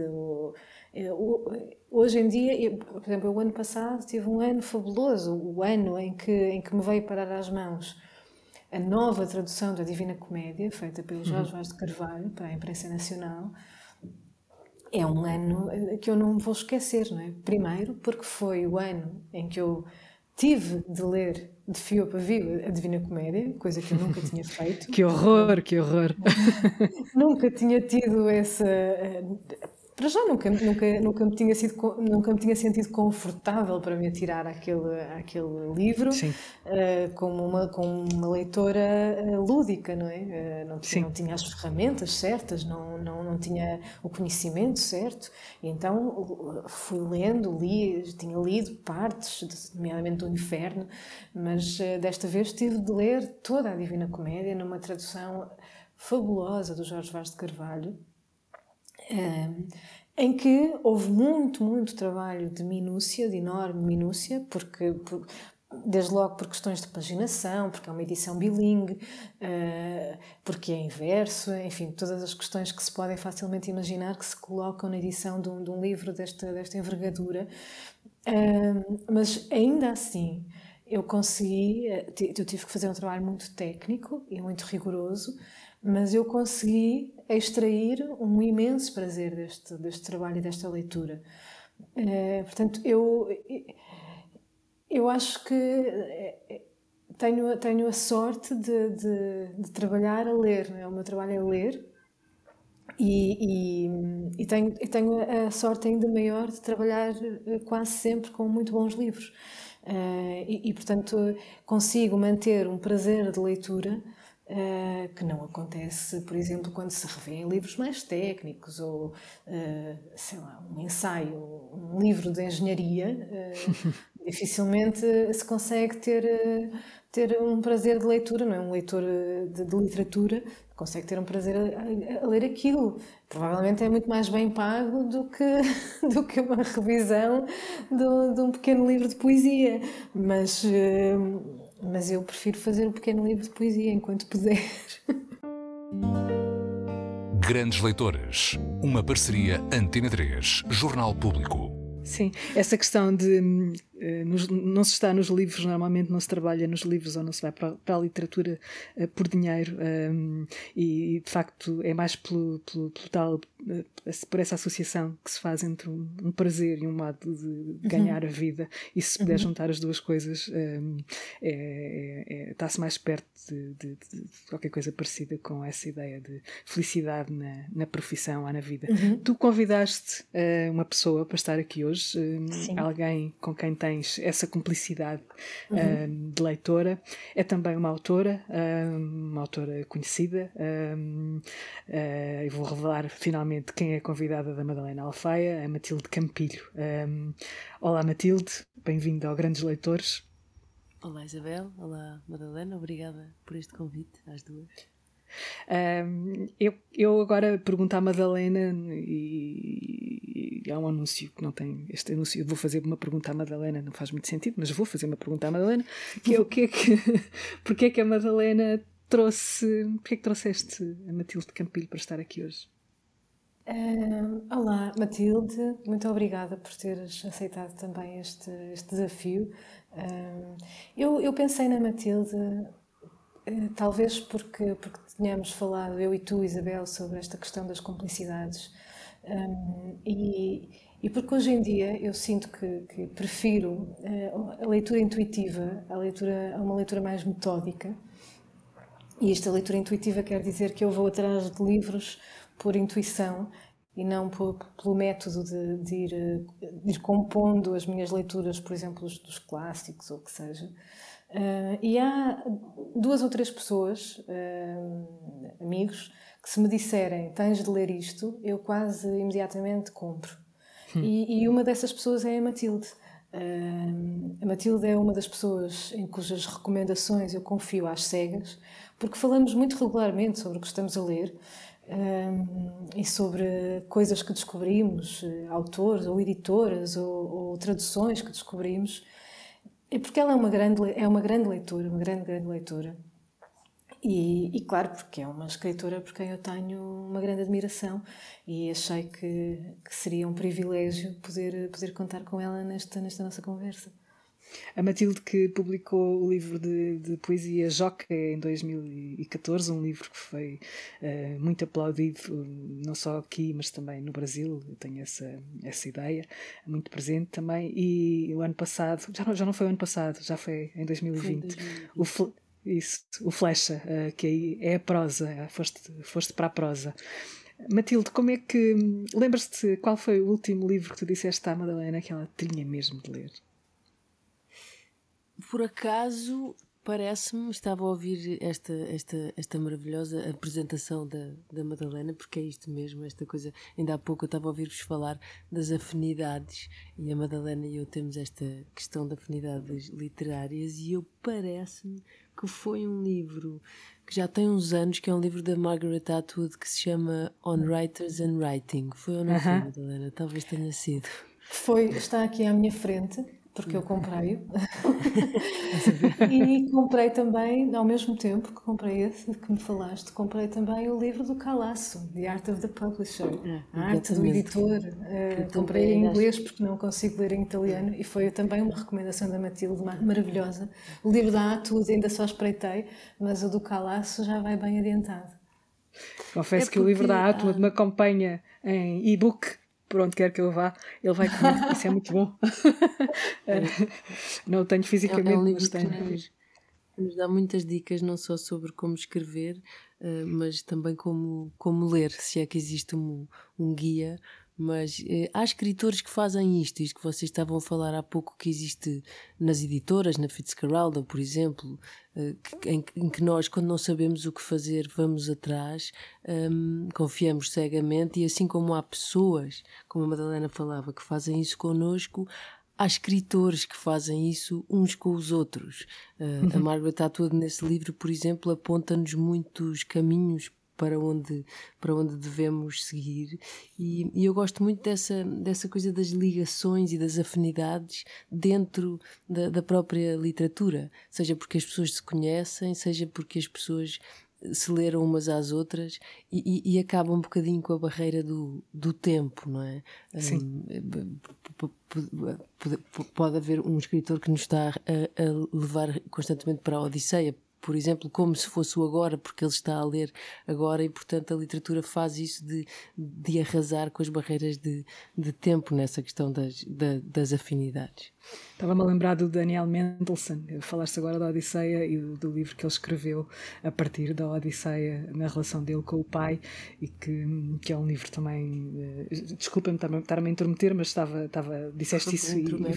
Hoje em dia, por exemplo, o ano passado tive um ano fabuloso, o ano em que me veio parar às mãos a nova tradução da Divina Comédia, feita pelo Jorge Vaz de Carvalho para a imprensa nacional. É um ano que eu não vou esquecer, não é? Primeiro, porque foi o ano em que eu tive de ler de fio a pavio a Divina Comédia, coisa que eu nunca tinha feito. Que horror, que horror! Nunca tinha tido essa... Para já nunca me tinha sentido confortável para me atirar àquele livro, como uma leitora lúdica, não é? Não tinha as ferramentas certas, não tinha o conhecimento certo, e então fui lendo, tinha lido partes, nomeadamente do Inferno, mas desta vez tive de ler toda a Divina Comédia numa tradução fabulosa do Jorge Vaz de Carvalho, em que houve muito, muito trabalho de minúcia, de enorme minúcia, porque Desde logo por questões de paginação, porque é uma edição bilingue, porque é em verso, enfim, todas as questões que se podem facilmente imaginar que se colocam na edição de um livro desta envergadura. Mas ainda assim, eu tive que fazer um trabalho muito técnico e muito rigoroso, mas eu consegui extrair um imenso prazer deste trabalho e desta leitura. Portanto, eu acho que tenho a sorte de trabalhar a ler, não é? O meu trabalho é ler e tenho a sorte ainda maior de trabalhar quase sempre com muito bons livros. Portanto, consigo manter um prazer de leitura que não acontece, por exemplo, quando se revê livros mais técnicos ou, sei lá, um ensaio, um livro de engenharia. Dificilmente se consegue ter um prazer de leitura, não é? Um leitor de literatura consegue ter um prazer a ler aquilo. Provavelmente é muito mais bem pago do que uma revisão de um pequeno livro de poesia. Mas eu prefiro fazer um pequeno livro de poesia enquanto puder. Grandes Leitoras, uma parceria Antena 3, Jornal Público. Sim, essa questão de não se está nos livros, normalmente não se trabalha nos livros ou não se vai para a literatura por dinheiro, e de facto é mais por essa associação que se faz entre um prazer e um modo de ganhar a vida, e se puder juntar as duas coisas, está-se mais perto de qualquer coisa parecida com essa ideia de felicidade na profissão ou na vida. Tu convidaste uma pessoa para estar aqui hoje, alguém com quem tens essa cumplicidade de leitora. É também uma autora conhecida. Eu vou revelar finalmente quem é a convidada da Madalena Alfaia, a Matilde Campilho. Olá, Matilde, bem-vinda ao Grandes Leitores. Olá, Isabel. Olá, Madalena. Obrigada por este convite às duas. Eu agora pergunto à Madalena, e há um anúncio que não tem este anúncio. Eu vou fazer uma pergunta à Madalena, não faz muito sentido, mas vou fazer uma pergunta à Madalena, que é porque é que a Madalena porque é que trouxeste a Matilde Campilho para estar aqui hoje? Olá, Matilde, muito obrigada por teres aceitado também este desafio. Eu pensei na Matilde, talvez porque tínhamos falado, eu e tu, Isabel, sobre esta questão das cumplicidades, e porque hoje em dia eu sinto que prefiro a leitura intuitiva a uma leitura mais metódica. E esta leitura intuitiva quer dizer que eu vou atrás de livros por intuição e não pelo método de ir compondo as minhas leituras, por exemplo, dos clássicos ou o que seja. E há 2 ou 3 pessoas, amigos, que se me disserem tens de ler isto, eu quase imediatamente compro. E uma dessas pessoas é a Matilde. A Matilde é uma das pessoas em cujas recomendações eu confio às cegas, porque falamos muito regularmente sobre o que estamos a ler, e sobre coisas que descobrimos, autores ou editoras ou traduções que descobrimos. É porque ela é uma grande leitora, uma grande leitora. E claro, porque é uma escritora por quem eu tenho uma grande admiração, e achei que seria um privilégio poder contar com ela nesta nossa conversa. A Matilde, que publicou o livro de poesia Joca em 2014, um livro que foi muito aplaudido, não só aqui, mas também no Brasil. Eu tenho essa ideia, muito presente também. E o ano passado, já não foi o ano passado, já foi em 2020, o Flecha, que aí é a prosa, foste para a prosa. Matilde, como é que... Lembras-te qual foi o último livro que tu disseste à Madalena que ela tinha mesmo de ler? Por acaso, parece-me, estava a ouvir esta maravilhosa apresentação da Madalena, porque é isto mesmo, esta coisa. Ainda há pouco eu estava a ouvir-vos falar das afinidades, e a Madalena e eu temos esta questão de afinidades literárias, e parece-me que foi um livro que já tem uns anos, que é um livro da Margaret Atwood, que se chama On Writers and Writing. Foi ou não foi, Madalena? Talvez tenha sido. Está aqui à minha frente. porque eu comprei-o. E comprei também, ao mesmo tempo que comprei esse que me falaste, comprei também o livro do Calasso, The Art of the Publisher, a arte do editor. Comprei em inglês porque não consigo ler em italiano e foi também uma recomendação da Matilde maravilhosa. O livro da Atud ainda só espreitei, mas o do Calasso já vai bem adiantado. Confesso que o livro da Atud me acompanha em e-book. Por onde quer que eu vá, ele vai comigo, isso é muito bom. Não o tenho fisicamente, um livro mas tenho. Que nos dá muitas dicas, não só sobre como escrever, mas também como ler, se é que existe um guia. Mas há escritores que fazem isto que vocês estavam a falar há pouco, que existe nas editoras, na Fitzcarraldo, por exemplo, em que nós, quando não sabemos o que fazer, vamos atrás, confiamos cegamente, e assim como há pessoas, como a Madalena falava, que fazem isso connosco, há escritores que fazem isso uns com os outros. A Margaret Atwood, nesse livro, por exemplo, aponta-nos muitos caminhos para onde devemos seguir, e eu gosto muito dessa coisa das ligações e das afinidades dentro da própria literatura, seja porque as pessoas se conhecem, seja porque as pessoas se leram umas às outras e acaba um bocadinho com a barreira do tempo, não é? Sim. Pode haver um escritor que nos está a levar constantemente para a Odisseia, por exemplo, como se fosse o agora, porque ele está a ler agora, e portanto a literatura faz isso de arrasar com as barreiras de tempo nessa questão das afinidades. Estava-me a lembrar do Daniel Mendelssohn. Falaste agora da Odisseia e do livro que ele escreveu a partir da Odisseia, na relação dele com o pai, e que é um livro também. Desculpa-me estar-me a intrometer, mas disseste isso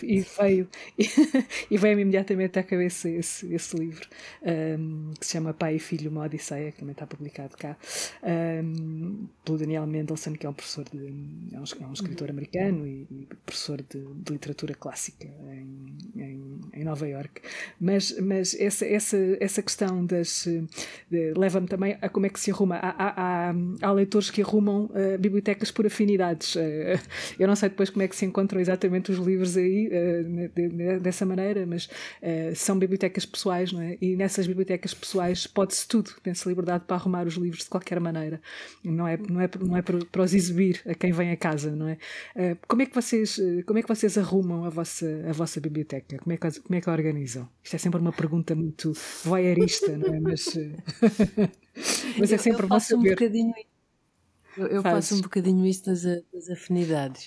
e veio-me imediatamente à cabeça esse livro, que se chama Pai e Filho, uma Odisseia, que também está publicado cá, pelo Daniel Mendelssohn, que é um professor é um escritor americano e professor de literatura clássica em Nova Iorque. Mas essa questão leva-me também a como é que se arruma. Há leitores que arrumam bibliotecas por afinidades. Eu não sei depois como é que se encontram exatamente os livros aí dessa maneira, mas são bibliotecas pessoais, não é? E nessas bibliotecas pessoais pode-se tudo, tem-se liberdade para arrumar os livros de qualquer maneira. Não é para os exibir a quem vem a casa, não é? Como é que vocês arrumam a vossa biblioteca? Como é que a organizam? Isto é sempre uma pergunta muito voyeurista, não é? Mas é sempre bom saber. Eu faço um bocadinho isso das afinidades.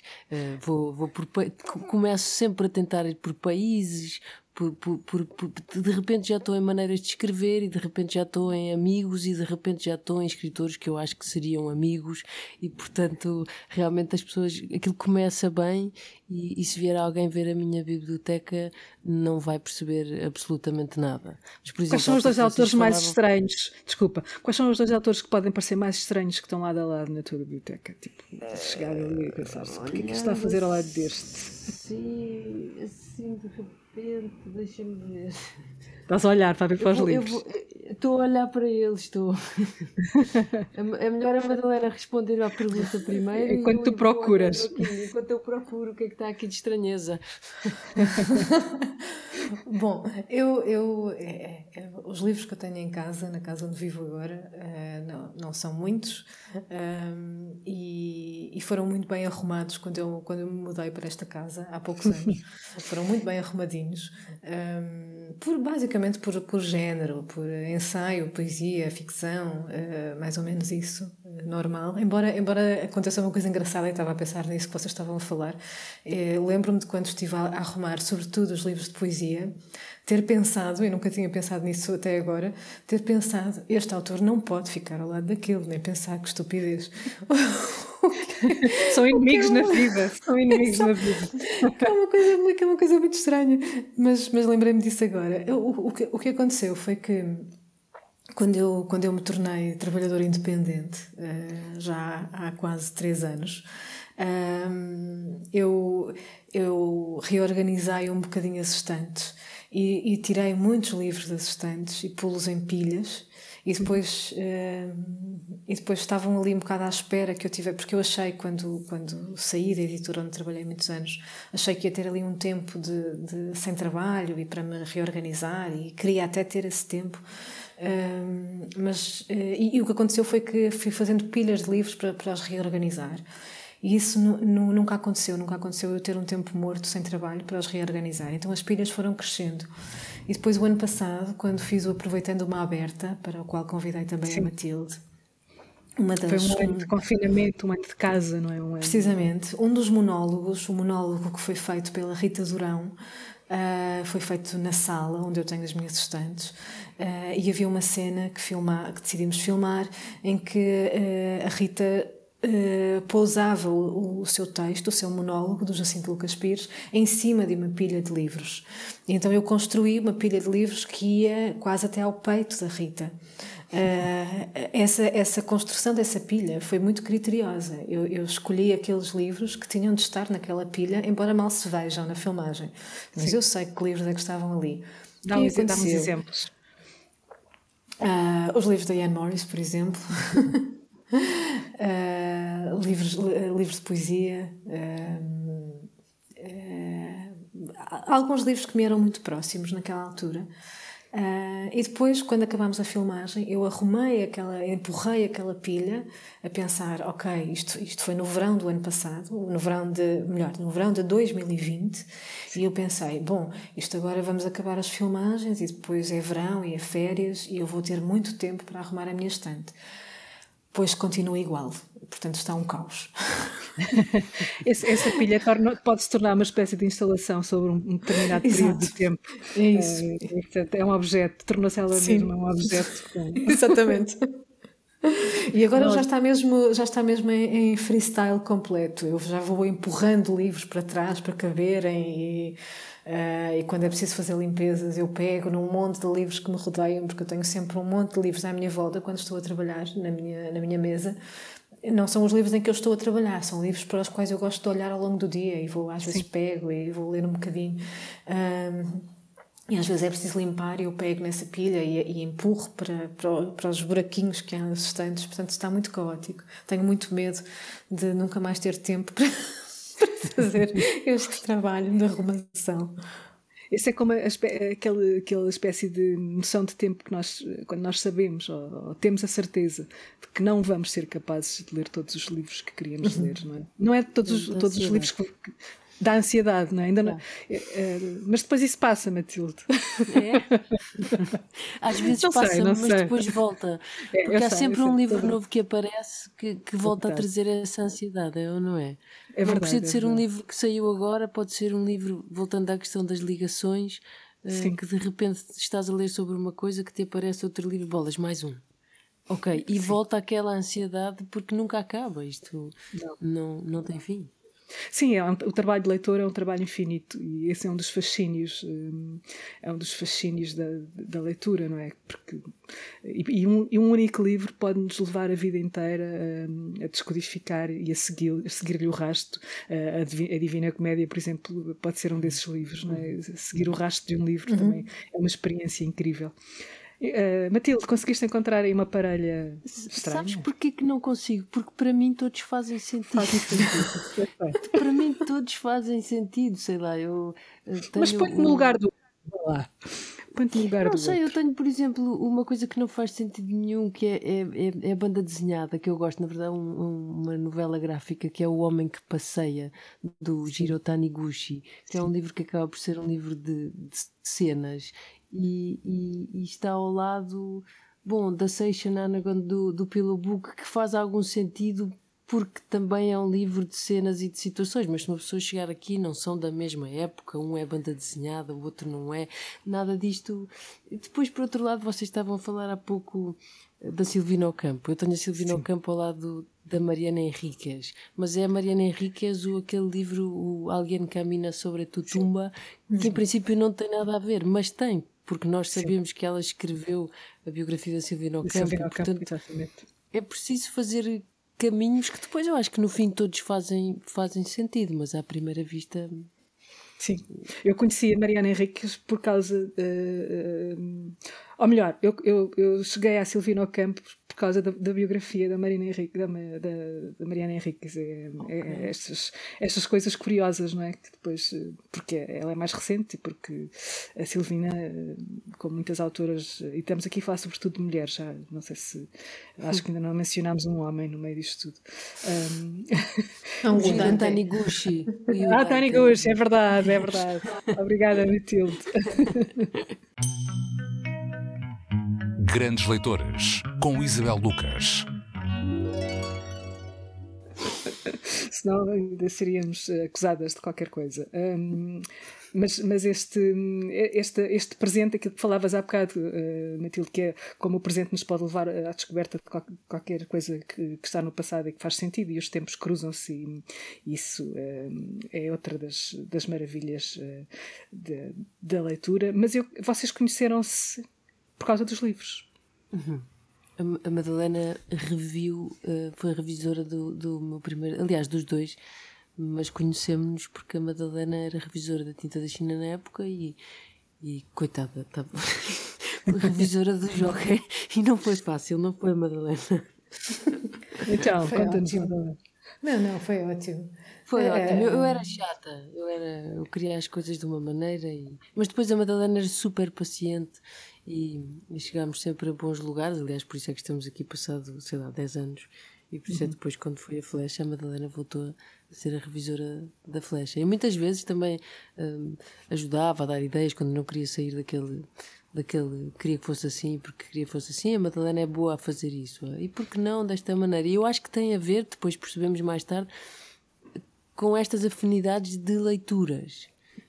Começo sempre a tentar ir por países, de repente já estou em maneiras de escrever, e de repente já estou em amigos, e de repente já estou em escritores que eu acho que seriam amigos, e portanto realmente as pessoas, aquilo começa bem, e se vier alguém ver a minha biblioteca não vai perceber absolutamente nada. Mas, por exemplo, quais são os dois autores mais estranhos? Desculpa, quais são os dois autores que podem parecer mais estranhos que estão lado a lado na tua biblioteca? Tipo, chegar ali e pensar-se, porque é que está a fazer ao lado deste? Sim, assim de repente, deixa-me ver. Estás a olhar para ver para os livros? Estou a olhar para eles, estou. É melhor a Madalena responder à pergunta primeiro. Enquanto tu procuras. Enquanto eu procuro o que é que está aqui de estranheza. Bom, os livros que eu tenho em casa, na casa onde vivo agora, não são muitos, e foram muito bem arrumados quando eu me mudei para esta casa há poucos anos. Foram muito bem arrumadinhos, basicamente por género, por ensaio, poesia, ficção, mais ou menos isso, normal. Embora aconteça uma coisa engraçada, e estava a pensar nisso que vocês estavam a falar. Lembro-me de quando estive a arrumar, sobretudo, os livros de poesia, ter pensado, e nunca tinha pensado nisso até agora, ter pensado, este autor não pode ficar ao lado daquele, nem pensar que estupidez. São inimigos na vida. São inimigos na vida. Que é uma coisa muito estranha. Mas lembrei-me disso agora. O que aconteceu foi que quando eu me tornei trabalhadora independente, já há quase 3 anos, eu reorganizei um bocadinho as estantes e tirei muitos livros das estantes e pô-los em pilhas, E depois estavam ali um bocado à espera que eu tivesse, porque eu achei, quando saí da editora onde trabalhei muitos anos, achei que ia ter ali um tempo sem trabalho e para me reorganizar, e queria até ter esse tempo. Mas o que aconteceu foi que fui fazendo pilhas de livros para os reorganizar. E isso nunca aconteceu eu ter um tempo morto sem trabalho para os reorganizar. Então as pilhas foram crescendo. E depois, o ano passado, quando fiz o Aproveitando uma Aberta, para o qual convidei também a Matilde, foi um ano de confinamento, um ano de casa, não é? Precisamente. Um dos monólogos, o monólogo que foi feito pela Rita Durão, foi feito na sala onde eu tenho as minhas estantes, e havia uma cena que decidimos filmar, em que a Rita pousava o seu texto, o seu monólogo do Jacinto Lucas Pires, em cima de uma pilha de livros. E então eu construí uma pilha de livros que ia quase até ao peito da Rita. Essa construção dessa pilha foi muito criteriosa. Eu escolhi aqueles livros que tinham de estar naquela pilha, embora mal se vejam na filmagem. Mas eu sei que livros é que estavam ali. Dá-nos exemplos. Os livros da Anne Morris, por exemplo. Livros de poesia, alguns livros que me eram muito próximos naquela altura, e depois, quando acabámos a filmagem, eu empurrei aquela pilha a pensar, ok, isto foi no verão do ano passado, no verão de 2020. E eu pensei, bom, isto agora vamos acabar as filmagens e depois é verão e é férias e eu vou ter muito tempo para arrumar a minha estante. Pois continua igual, portanto está um caos. Essa pilha pode-se tornar uma espécie de instalação sobre um determinado período de tempo. É isso. Portanto, é um objeto, tornou-se ela mesma um objeto. Exatamente. E agora já está mesmo em freestyle completo. Eu já vou empurrando livros para trás para caberem e quando é preciso fazer limpezas eu pego num monte de livros que me rodeiam, porque eu tenho sempre um monte de livros à minha volta quando estou a trabalhar na minha mesa. Não são os livros em que eu estou a trabalhar, são livros para os quais eu gosto de olhar ao longo do dia e às vezes pego e vou ler um bocadinho. E às vezes é preciso limpar e eu pego nessa pilha e empurro para os buraquinhos que há nas estantes. Portanto, está muito caótico. Tenho muito medo de nunca mais ter tempo para fazer este trabalho de arrumação. Isso é como aquela espécie de noção de tempo que quando nós sabemos ou temos a certeza de que não vamos ser capazes de ler todos os livros que queríamos ler, não é? Não é todos os livros que dá ansiedade, não é? Ainda não, mas depois isso passa, Matilde. Às vezes passa, mas depois volta. Porque há sempre um livro novo que aparece que volta a trazer essa ansiedade, não é? Não precisa ser um livro que saiu agora, pode ser um livro, voltando à questão das ligações, que de repente estás a ler sobre uma coisa que te aparece outro livro, bolas, mais um. Ok, e volta aquela ansiedade porque nunca acaba, isto não tem fim. Sim, o trabalho de leitor é um trabalho infinito e esse é um dos fascínios, da leitura, não é? Porque, um único livro pode-nos levar a vida inteira a descodificar e a seguir-lhe o rastro. A Divina Comédia, por exemplo, pode ser um desses livros, não é? Seguir o rastro de um livro também é uma experiência incrível. Matilde, conseguiste encontrar aí uma parelha estranha? Sabes porquê que não consigo? Porque para mim todos fazem sentido. Para mim todos fazem sentido, sei lá. Mas põe-te no lugar do outro. Põe-te no lugar do outro. Eu tenho, por exemplo, uma coisa que não faz sentido nenhum, que é a banda desenhada, que eu gosto, na verdade, uma novela gráfica que é O Homem que Passeia, do Jiro Taniguchi, que é um livro que acaba por ser um livro de cenas. E está ao lado da Seishin Anagon do Pillow Book, que faz algum sentido porque também é um livro de cenas e de situações, mas se uma pessoa chegar aqui não são da mesma época, um é banda desenhada, o outro não é, nada disto. E depois, por outro lado, vocês estavam a falar há pouco da Silvina Ocampo. Eu tenho a Silvina Ocampo ao lado da Mariana Henríquez, mas é a Mariana Henríquez aquele livro, o Alguém Camina sobre a Tutumba, que em princípio não tem nada a ver, mas tem, porque nós sabemos que ela escreveu a biografia da Silvina Ocampo, portanto exatamente. É preciso fazer caminhos que depois eu acho que no fim todos fazem sentido, mas à primeira vista... Sim, eu conheci a Mariana Henríquez por causa Ou melhor, eu cheguei à Silvina Ocampo por causa da biografia da Mariana Henriques, da Mariana Henriques. Estas coisas curiosas, não é? Que depois, porque ela é mais recente e porque a Silvina, como muitas autoras, e estamos aqui a falar sobretudo de mulheres, já não sei se, acho que ainda não mencionámos um homem no meio disto tudo. Não, o Taniguchi. Taniguchi, é verdade. Obrigada, Matilde. Grandes Leitoras, com Isabel Lucas. Senão ainda seríamos acusadas de qualquer coisa. Mas este presente, aquilo que falavas há bocado, Matilde, que é como o presente nos pode levar à descoberta de qualquer coisa que está no passado e que faz sentido, e os tempos cruzam-se, e isso é outra das maravilhas da leitura. Mas vocês conheceram-se por causa dos livros. Uhum. A Madalena foi a revisora do meu primeiro, aliás, dos dois, mas conhecemos-nos porque a Madalena era revisora da Tinta da China na época e coitada, estava revisora do Jockey e não foi fácil, não foi, Madalena? Então, conta-nos, Madalena. Não, foi ótimo. Foi ótimo. Eu era chata, eu queria as coisas de uma maneira, mas depois a Madalena era super paciente e chegámos sempre a bons lugares. Aliás, por isso é que estamos aqui passado, sei lá, 10 anos. E por isso é depois, quando foi a Flecha, a Madalena voltou a ser a revisora da Flecha. E muitas vezes também ajudava a dar ideias quando não queria sair daquele queria que fosse assim, porque queria que fosse assim. A Madalena é boa a fazer isso. E por que não desta maneira? E eu acho que tem a ver, depois percebemos mais tarde, com estas afinidades de leituras.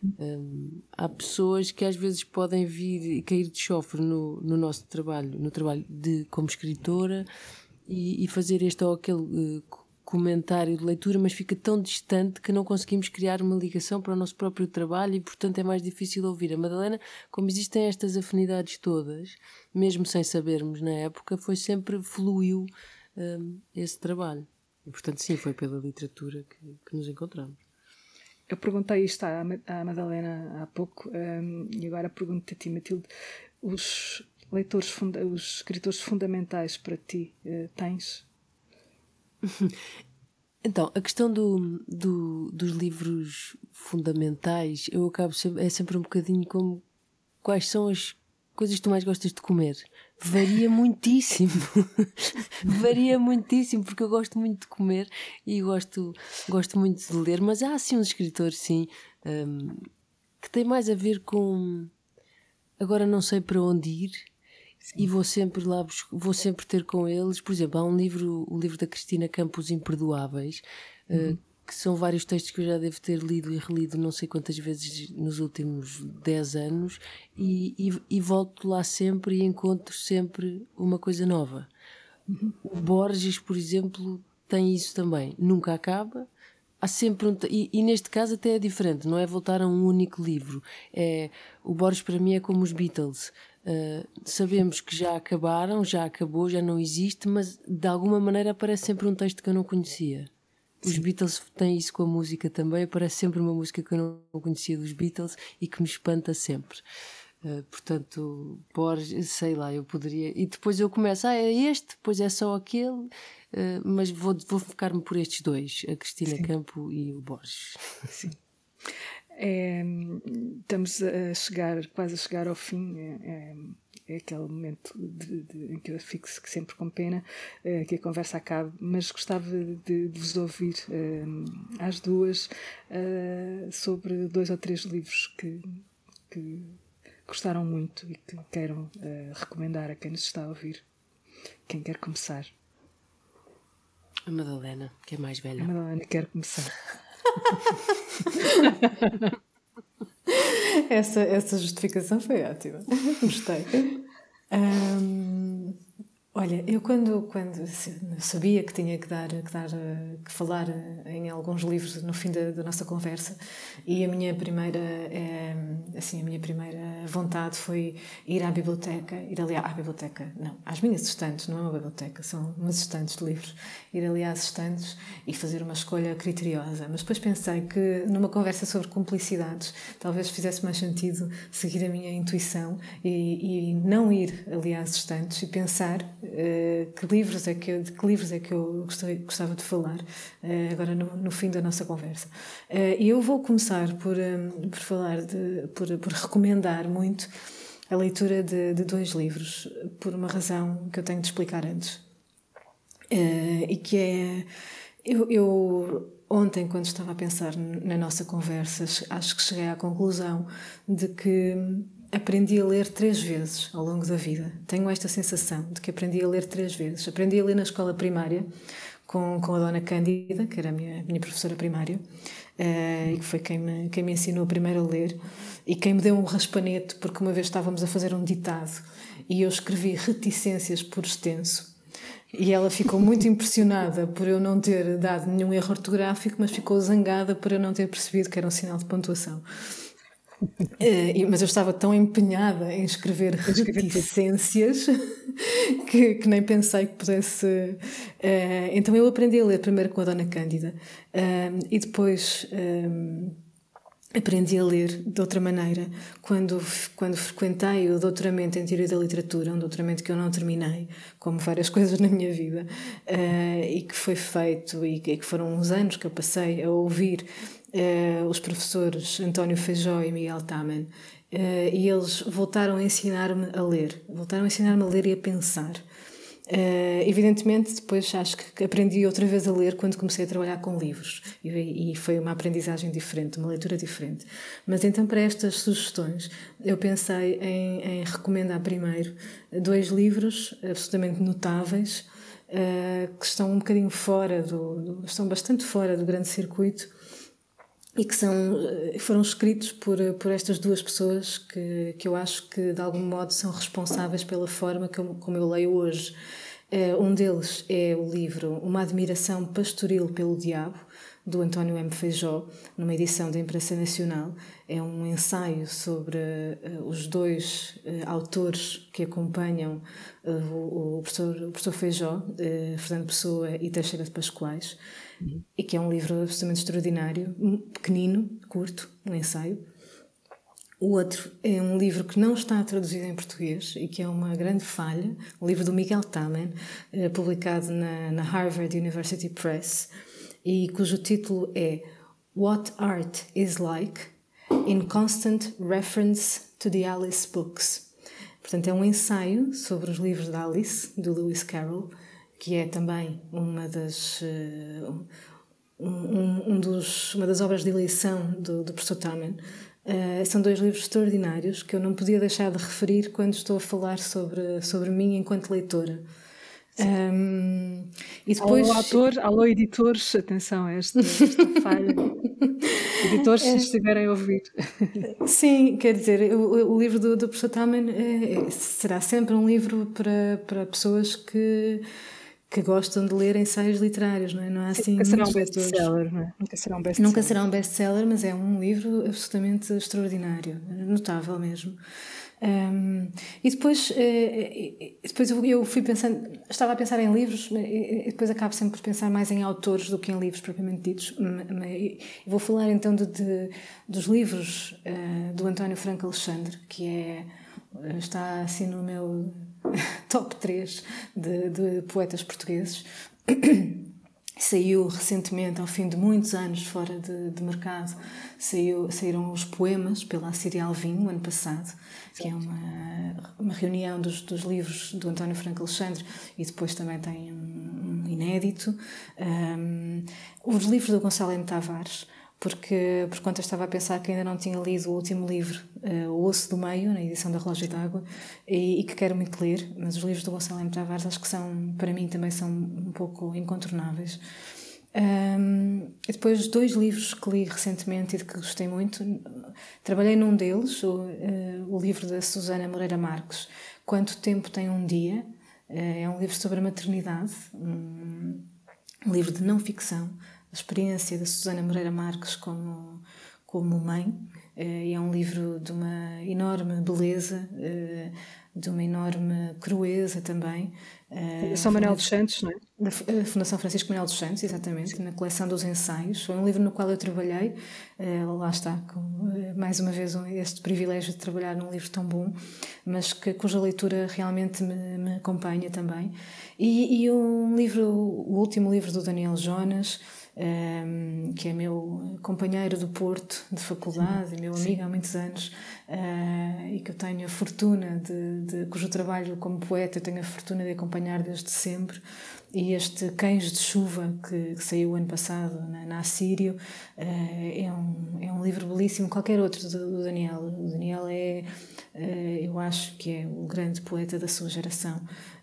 Há pessoas que às vezes podem vir e cair de chofre no nosso trabalho, no trabalho como escritora, e fazer este ou aquele comentário de leitura, mas fica tão distante que não conseguimos criar uma ligação para o nosso próprio trabalho e, portanto, é mais difícil ouvir. A Madalena, como existem estas afinidades todas, mesmo sem sabermos na época, fluiu esse trabalho. E, portanto, sim, foi pela literatura que nos encontramos. Eu perguntei isto à Madalena há pouco, e agora pergunto-te a ti, Matilde, os escritores fundamentais para ti tens? Então, a questão dos livros fundamentais, eu acabo é sempre um bocadinho como quais são as coisas que tu mais gostas de comer. Varia muitíssimo. Varia muitíssimo, porque eu gosto muito de comer e gosto muito de ler, mas há assim uns escritores, sim, que têm mais a ver com agora não sei para onde ir. Sim. E vou sempre ter com eles. Por exemplo, há o livro da Cristina Campos, Imperdoáveis, que são vários textos que eu já devo ter lido e relido não sei quantas vezes nos últimos 10 anos, e volto lá sempre e encontro sempre uma coisa nova. O Borges, por exemplo, tem isso também, nunca acaba. Há sempre e neste caso até é diferente, não é voltar a um único livro. O Borges para mim é como os Beatles. Sabemos que já acabaram, já acabou, já não existe, mas de alguma maneira aparece sempre um texto que eu não conhecia. Sim. Os Beatles têm isso com a música também, aparece sempre uma música que eu não conhecia dos Beatles e que me espanta sempre. Portanto, Borges, sei lá, eu poderia... E depois eu começo, é este, depois é só aquele, mas vou focar-me por estes dois, a Cristina Campo e o Borges. Sim. Estamos quase a chegar ao fim. É aquele momento em que eu fico sempre com pena que a conversa acabe, mas gostava de vos ouvir às duas sobre 2 ou 3 livros que gostaram muito e que queiram recomendar a quem nos está a ouvir. Quem quer começar? A Madalena, que é mais velha. A Madalena quer começar. Essa justificação foi ótima. Gostei. Olha, eu quando sabia que tinha que falar em alguns livros no fim da nossa conversa, e a minha primeira vontade foi ir à biblioteca, às minhas estantes, não é uma biblioteca, são umas estantes de livros, ir ali às estantes e fazer uma escolha criteriosa. Mas depois pensei que numa conversa sobre cumplicidades talvez fizesse mais sentido seguir a minha intuição e não ir ali às estantes e pensar de que livros é que eu gostava de falar agora no fim da nossa conversa. E eu vou começar por recomendar muito a leitura de 2 livros, por uma razão que eu tenho de explicar antes. E que é... Eu ontem, quando estava a pensar na nossa conversa, acho que cheguei à conclusão de que aprendi a ler 3 vezes ao longo da vida. Tenho esta sensação de que aprendi a ler 3 vezes. Aprendi a ler na escola primária com a Dona Cândida, que era a minha professora primária, e que foi quem me ensinou primeiro a ler e quem me deu um raspanete, porque uma vez estávamos a fazer um ditado e eu escrevi reticências por extenso. E ela ficou muito impressionada por eu não ter dado nenhum erro ortográfico, mas ficou zangada por eu não ter percebido que era um sinal de pontuação. Mas eu estava tão empenhada em escrever reticências que nem pensei que pudesse. Então eu aprendi a ler primeiro com a Dona Cândida e depois aprendi a ler de outra maneira quando frequentei o doutoramento em Teoria da Literatura, um doutoramento que eu não terminei, como várias coisas na minha vida, e que foi feito, e que foram uns anos que eu passei a ouvir os professores António Feijó e Miguel Taman, e eles voltaram a ensinar-me a ler e a pensar. Evidentemente depois acho que aprendi outra vez a ler quando comecei a trabalhar com livros e foi uma aprendizagem diferente, uma leitura diferente. Mas então, para estas sugestões, eu pensei em recomendar primeiro 2 livros absolutamente notáveis, que estão um bocadinho estão bastante fora do grande circuito e que foram escritos por estas 2 pessoas que eu acho que de algum modo são responsáveis pela forma como eu leio hoje. Um deles é o livro Uma Admiração Pastoril pelo Diabo, do António M. Feijó, numa edição da Imprensa Nacional. É um ensaio sobre os 2 autores que acompanham o professor Feijó, Fernando Pessoa e Teixeira de Pascoais, e que é um livro absolutamente extraordinário, pequenino, curto, um ensaio. O outro é um livro que não está traduzido em português e que é uma grande falha, um livro do Miguel Taman, publicado na Harvard University Press, e cujo título é What Art is Like, in Constant Reference to the Alice Books. Portanto, é um ensaio sobre os livros da Alice, do Lewis Carroll, que é também uma das obras de eleição do professor Taman. São 2 livros extraordinários que eu não podia deixar de referir quando estou a falar sobre mim enquanto leitora. E depois... Alô editores, atenção a esta falha. Editores, se estiverem a ouvir. Sim, quer dizer, o livro do professor Taman será sempre um livro para pessoas que gostam de ler ensaios literários, não é? Não há assim nunca será um best-seller, não é? Nunca será um best-seller, mas é um livro absolutamente extraordinário, notável mesmo. E depois eu fui pensando, estava a pensar em livros e depois acabo sempre por pensar mais em autores do que em livros propriamente ditos. Vou falar então dos livros do António Franco Alexandre, que está assim no meu top 3 de poetas portugueses. Saiu recentemente, ao fim de muitos anos fora de mercado, saíram os poemas pela Assíria Alvim, o ano passado, que é uma reunião dos livros do António Franco Alexandre, e depois também tem um inédito. Os livros do Gonçalo M. Tavares, porque por conta estava a pensar que ainda não tinha lido o último livro, O Osso do Meio, na edição da Relógio d'Água, e que quero muito ler, mas os livros do Gonçalo M. Tavares acho que para mim também são um pouco incontornáveis. E depois 2 livros que li recentemente e de que gostei muito. Trabalhei num deles, o livro da Susana Moreira Marques, Quanto Tempo Tem um Dia, É um livro sobre a maternidade, um livro de não ficção, a experiência da Susana Moreira Marques como mãe. É um livro de uma enorme beleza, de uma enorme crueza também. São Manuel dos Santos, não é? Da Fundação Francisco Manuel dos Santos, exatamente, na coleção dos ensaios. Foi um livro no qual eu trabalhei, lá está, mais uma vez este privilégio de trabalhar num livro tão bom, mas cuja leitura realmente me acompanha também. E o último livro do Daniel Jonas, que é meu companheiro do Porto de faculdade, meu amigo há muitos anos, e que eu tenho a fortuna cujo trabalho como poeta eu tenho a fortuna de acompanhar desde sempre. E este Cães de Chuva, que saiu ano passado na Assírio, é um livro belíssimo. Qualquer outro do Daniel. O Daniel eu acho que é o grande poeta da sua geração.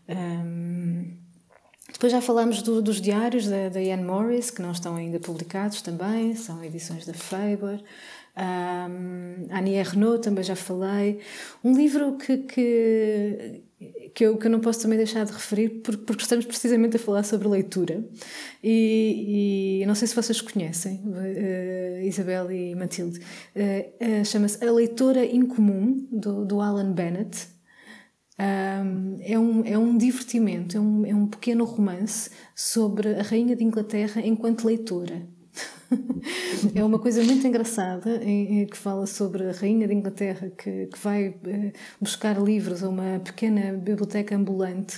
Depois já falámos dos diários da Anne Morris, que não estão ainda publicados também, são edições da Faber. Annie Ernaux também já falei. Um livro que eu não posso também deixar de referir, porque estamos precisamente a falar sobre leitura. E não sei se vocês conhecem, Isabel e Matilde. Chama-se A Leitora Incomum, do Alan Bennett. É um divertimento, é um pequeno romance sobre a Rainha de Inglaterra enquanto leitora. É uma coisa muito engraçada que fala sobre a Rainha de Inglaterra que vai buscar livros a uma pequena biblioteca ambulante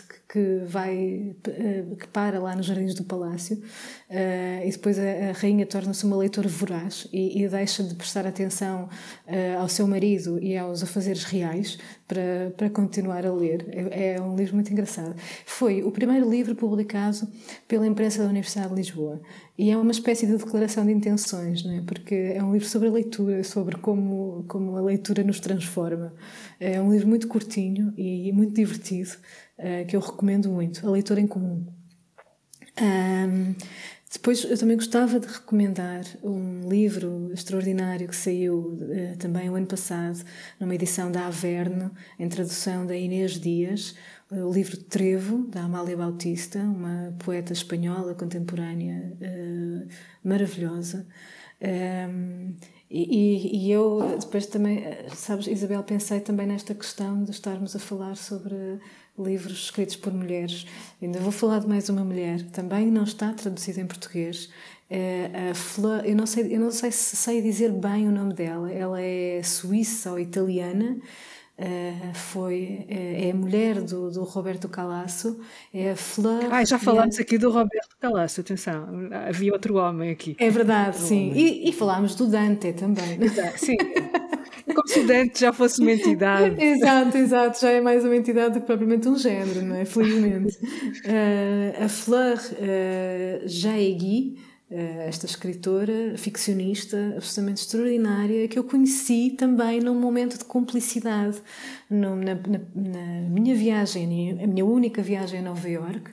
que para lá nos jardins do palácio, e depois a rainha torna-se uma leitora voraz e deixa de prestar atenção ao seu marido e aos afazeres reais para continuar a ler. É um livro muito engraçado. Foi o primeiro livro publicado pela imprensa da Universidade de Lisboa e é uma espécie de declaração de intenções, não é? Porque é um livro sobre a leitura, sobre como a leitura nos transforma. É um livro muito curtinho e muito divertido, que eu recomendo muito, A Leitora em Comum. Depois eu também gostava de recomendar um livro extraordinário que saiu também o ano passado, numa edição da Averno, em tradução da Inês Dias, o livro Trevo, da Amália Bautista, uma poeta espanhola contemporânea maravilhosa. E eu depois também, sabes, Isabel, pensei também nesta questão de estarmos a falar sobre livros escritos por mulheres. Ainda vou falar de mais uma mulher, também não está traduzida em português. A Fleur, eu não sei se sei dizer bem o nome dela, ela é suíça ou italiana. É a mulher do Roberto Calasso, é a Fleur. Já falámos aqui do Roberto Calasso, atenção, havia outro homem aqui. É verdade, sim. E falámos do Dante também. Exato, sim. Como se o Dante já fosse uma entidade. Exato, já é mais uma entidade do que propriamente um género, não é? Felizmente. A Fleur Jaegui, esta escritora, ficcionista, absolutamente extraordinária, que eu conheci também num momento de cumplicidade na minha viagem, a minha única viagem a Nova Iorque.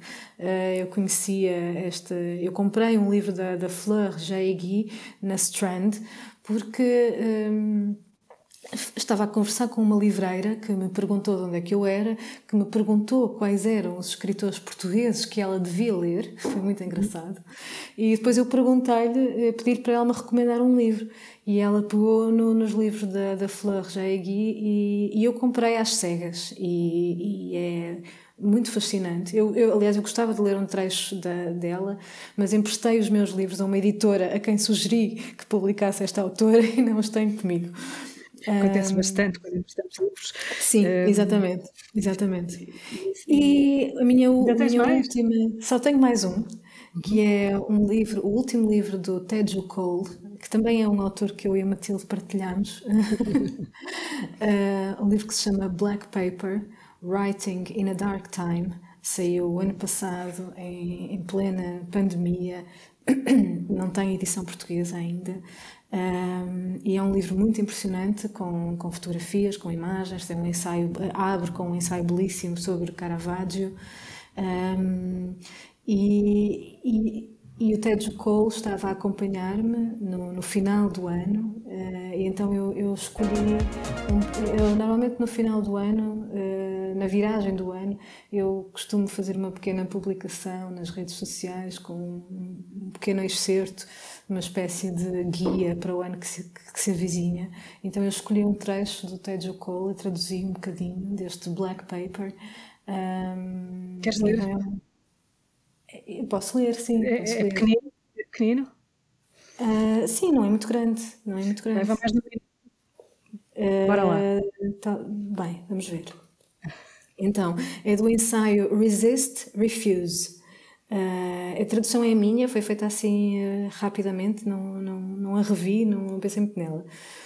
Eu comprei um livro da Fleur Jaegui na Strand, porque estava a conversar com uma livreira que me perguntou de onde é que eu era, que me perguntou quais eram os escritores portugueses que ela devia ler. Foi muito engraçado. E depois eu perguntei-lhe, pedir para ela me recomendar um livro. E ela pegou nos livros da Fleur Jaegui e eu comprei às cegas. E é muito fascinante. Aliás, eu gostava de ler um trecho dela, mas emprestei os meus livros a uma editora a quem sugeri que publicasse esta autora e não os tenho comigo. Acontece bastante quando emprestamos livros. Sim, exatamente. E a minha última... Só tenho mais um, que é o último livro do Teju Cole, que também é um autor que eu e a Matilde partilhamos. Um livro que se chama Black Paper, Writing in a Dark Time. Saiu ano passado, em plena pandemia. Não tem edição portuguesa ainda. E é um livro muito impressionante, com fotografias, com imagens. Tem um ensaio, abre com um ensaio belíssimo sobre Caravaggio. E o Teju Cole estava a acompanhar-me no final do ano, e então eu escolhi. Eu normalmente no final do ano na viragem do ano, eu costumo fazer uma pequena publicação nas redes sociais com um pequeno excerto, uma espécie de guia para o ano que se avizinha. Então eu escolhi um trecho do Teju Cole e traduzi um bocadinho deste Black Paper. Queres ler? Eu posso ler, sim. Posso ler. Pequenino? Pequenino? Sim, não é muito grande. Não é muito grande. Leva mais no Bora lá. Bem, vamos ver. Então, é do ensaio Resist, Refuse. A tradução é minha, foi feita assim rapidamente, não a revi, não pensei muito nela.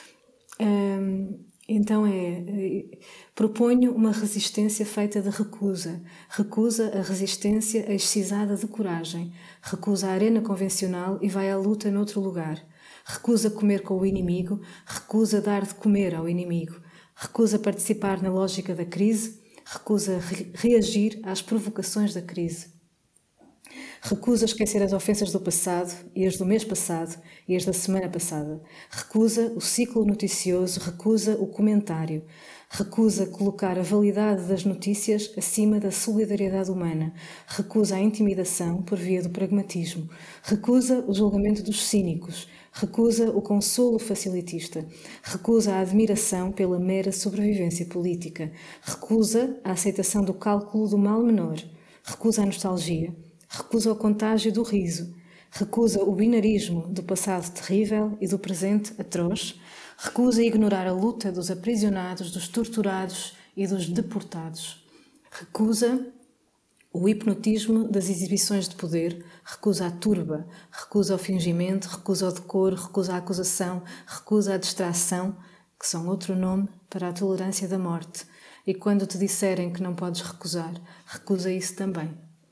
Então proponho uma resistência feita de recusa. Recusa a resistência excisada de coragem. Recusa a arena convencional e vai à luta noutro lugar. Recusa comer com o inimigo. Recusa dar de comer ao inimigo. Recusa participar na lógica da crise. Recusa reagir às provocações da crise. Recusa esquecer as ofensas do passado e as do mês passado e as da semana passada. Recusa o ciclo noticioso, recusa o comentário. Recusa colocar a validade das notícias acima da solidariedade humana. Recusa a intimidação por via do pragmatismo. Recusa o julgamento dos cínicos. Recusa o consolo facilitista. Recusa a admiração pela mera sobrevivência política. Recusa a aceitação do cálculo do mal menor. Recusa a nostalgia. Recusa o contágio do riso. Recusa o binarismo do passado terrível e do presente atroz. Recusa ignorar a luta dos aprisionados, dos torturados e dos deportados. Recusa o hipnotismo das exibições de poder. Recusa a turba. Recusa o fingimento. Recusa o decoro. Recusa a acusação. Recusa a distração, que são outro nome para a tolerância da morte. E quando te disserem que não podes recusar, recusa isso também.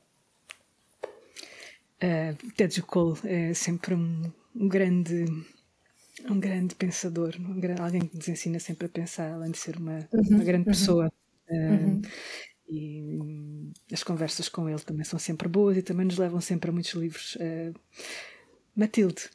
Teju Cole é sempre um grande pensador, alguém que nos ensina sempre a pensar, além de ser uma grande pessoa. E as conversas com ele também são sempre boas e também nos levam sempre a muitos livros. Matilde.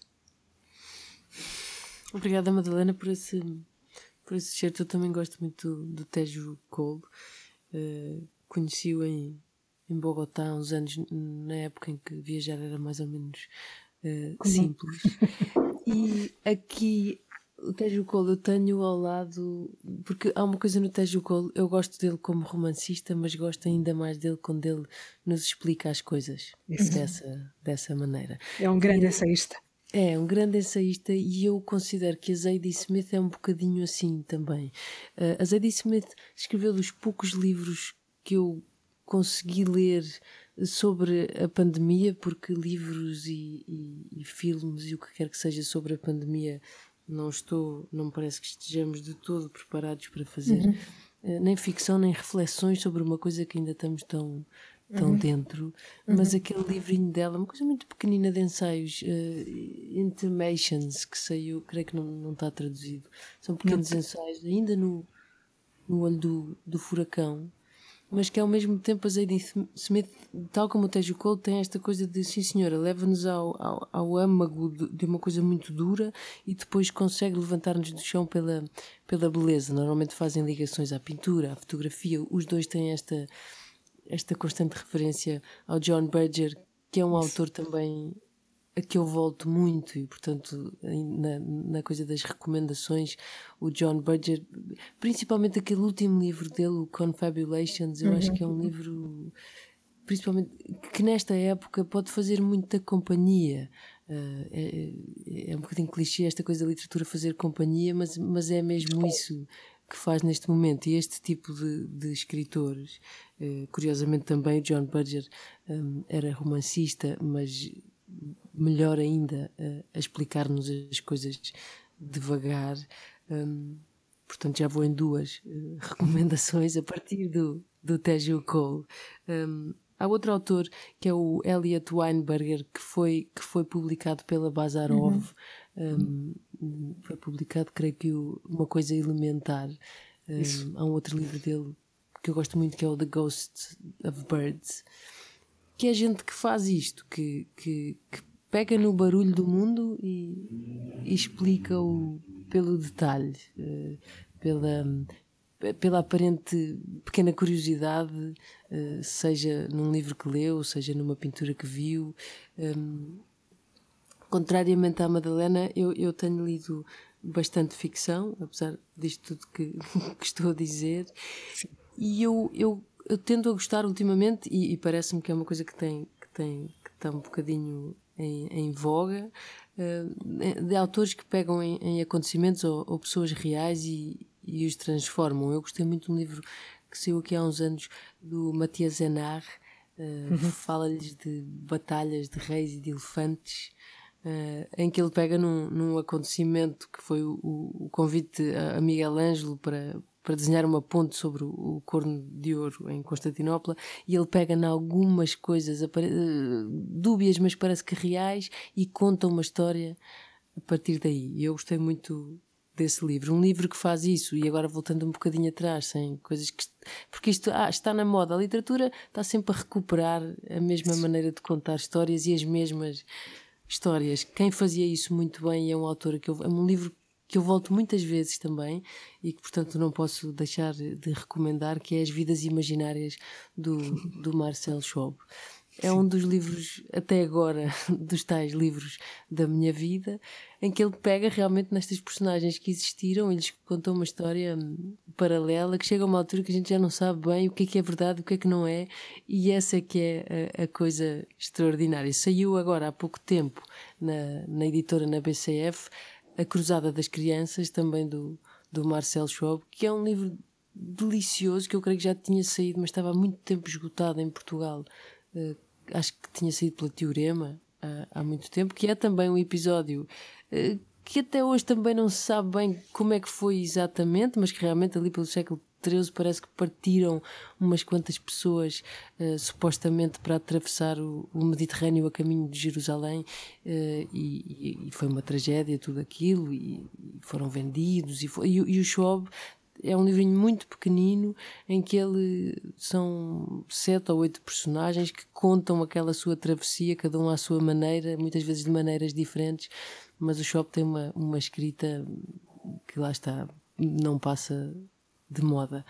Obrigada, Madalena, por esse certo. Eu também gosto muito do Teju Cole. Conheci-o em Bogotá há uns anos, na época em que viajar era mais ou menos simples. E aqui o Teju Cole eu tenho ao lado, porque há uma coisa no Teju Cole, eu gosto dele como romancista, mas gosto ainda mais dele quando ele nos explica as coisas dessa maneira. É um grande ensaísta. É um grande ensaísta e eu considero que a Zadie Smith é um bocadinho assim também. A Zadie Smith escreveu dos poucos livros que eu consegui ler sobre a pandemia, porque livros e filmes e o que quer que seja sobre a pandemia não me parece que estejamos de todo preparados para fazer nem ficção nem reflexões sobre uma coisa que ainda estamos tão dentro, mas aquele livrinho dela, uma coisa muito pequenina de ensaios, Intermissions, que saiu, creio que não está traduzido, são pequenos ensaios ainda no olho do furacão, mas que ao mesmo tempo a Zadie Smith, tal como o Teju Cole, tem esta coisa de, sim senhora, leva-nos ao âmago de uma coisa muito dura e depois consegue levantar-nos do chão pela beleza. Normalmente fazem ligações à pintura, à fotografia. Os dois têm esta constante referência ao John Berger, que é um autor também a que eu volto muito, e portanto na coisa das recomendações, o John Berger, principalmente aquele último livro dele, o Confabulations, eu acho que é um livro principalmente que nesta época pode fazer muita companhia. É um bocadinho clichê esta coisa da literatura fazer companhia, mas é mesmo isso que faz neste momento. E este tipo de escritores, curiosamente também o John Berger era romancista, mas melhor ainda a explicar-nos as coisas devagar. Portanto, já vou em duas recomendações a partir do Teju Cole. Há outro autor que é o Elliot Weinberger, que foi publicado pela Bazarov. Foi publicado, creio que Uma Coisa Elementar. Há um outro livro dele que eu gosto muito, que é o The Ghost of Birds, que é gente que faz isto, que pega no barulho do mundo e explica-o pelo detalhe, pela aparente pequena curiosidade, seja num livro que leu, seja numa pintura que viu. Contrariamente à Madalena, eu tenho lido bastante ficção, apesar disto tudo que estou a dizer. Sim. E eu tendo a gostar ultimamente, e parece-me que é uma coisa que está um bocadinho em voga, de autores que pegam em acontecimentos ou pessoas reais e os transformam. Eu gostei muito de um livro que saiu aqui há uns anos do Mathias Enard, fala-lhes de batalhas de reis e de elefantes, em que ele pega num acontecimento que foi o convite a Miguel Ângelo para desenhar uma ponte sobre o Corno de Ouro em Constantinopla, e ele pega em algumas coisas dúbias, mas parece que reais, e conta uma história a partir daí. E eu gostei muito desse livro, um livro que faz isso. E agora voltando um bocadinho atrás, sem coisas que... porque isto está na moda, a literatura está sempre a recuperar a mesma maneira de contar histórias e as mesmas histórias. Quem fazia isso muito bem é um autor é um livro que eu volto muitas vezes também, e que portanto não posso deixar de recomendar, que é As Vidas Imaginárias do Marcel Schwab. É um dos livros, até agora, dos tais livros da minha vida, em que ele pega realmente nestas personagens que existiram e lhes conta uma história paralela, que chega a uma altura que a gente já não sabe bem o que é verdade, o que é que não é, e essa é que é a coisa extraordinária. Saiu agora há pouco tempo na editora, na BCF, A Cruzada das Crianças, também do Marcel Schwab, que é um livro delicioso, que eu creio que já tinha saído, mas estava há muito tempo esgotado em Portugal. Acho que tinha saído pela Teorema há muito tempo, que é também um episódio que até hoje também não se sabe bem como é que foi exatamente, mas que realmente ali pelo século XIII parece que partiram umas quantas pessoas supostamente para atravessar o Mediterrâneo a caminho de Jerusalém, e foi uma tragédia tudo aquilo, e foram vendidos, e o Schwab é um livrinho muito pequenino em que são 7 ou 8 personagens que contam aquela sua travessia, cada um à sua maneira, muitas vezes de maneiras diferentes, mas o Schwab tem uma escrita que lá está, não passa de moda.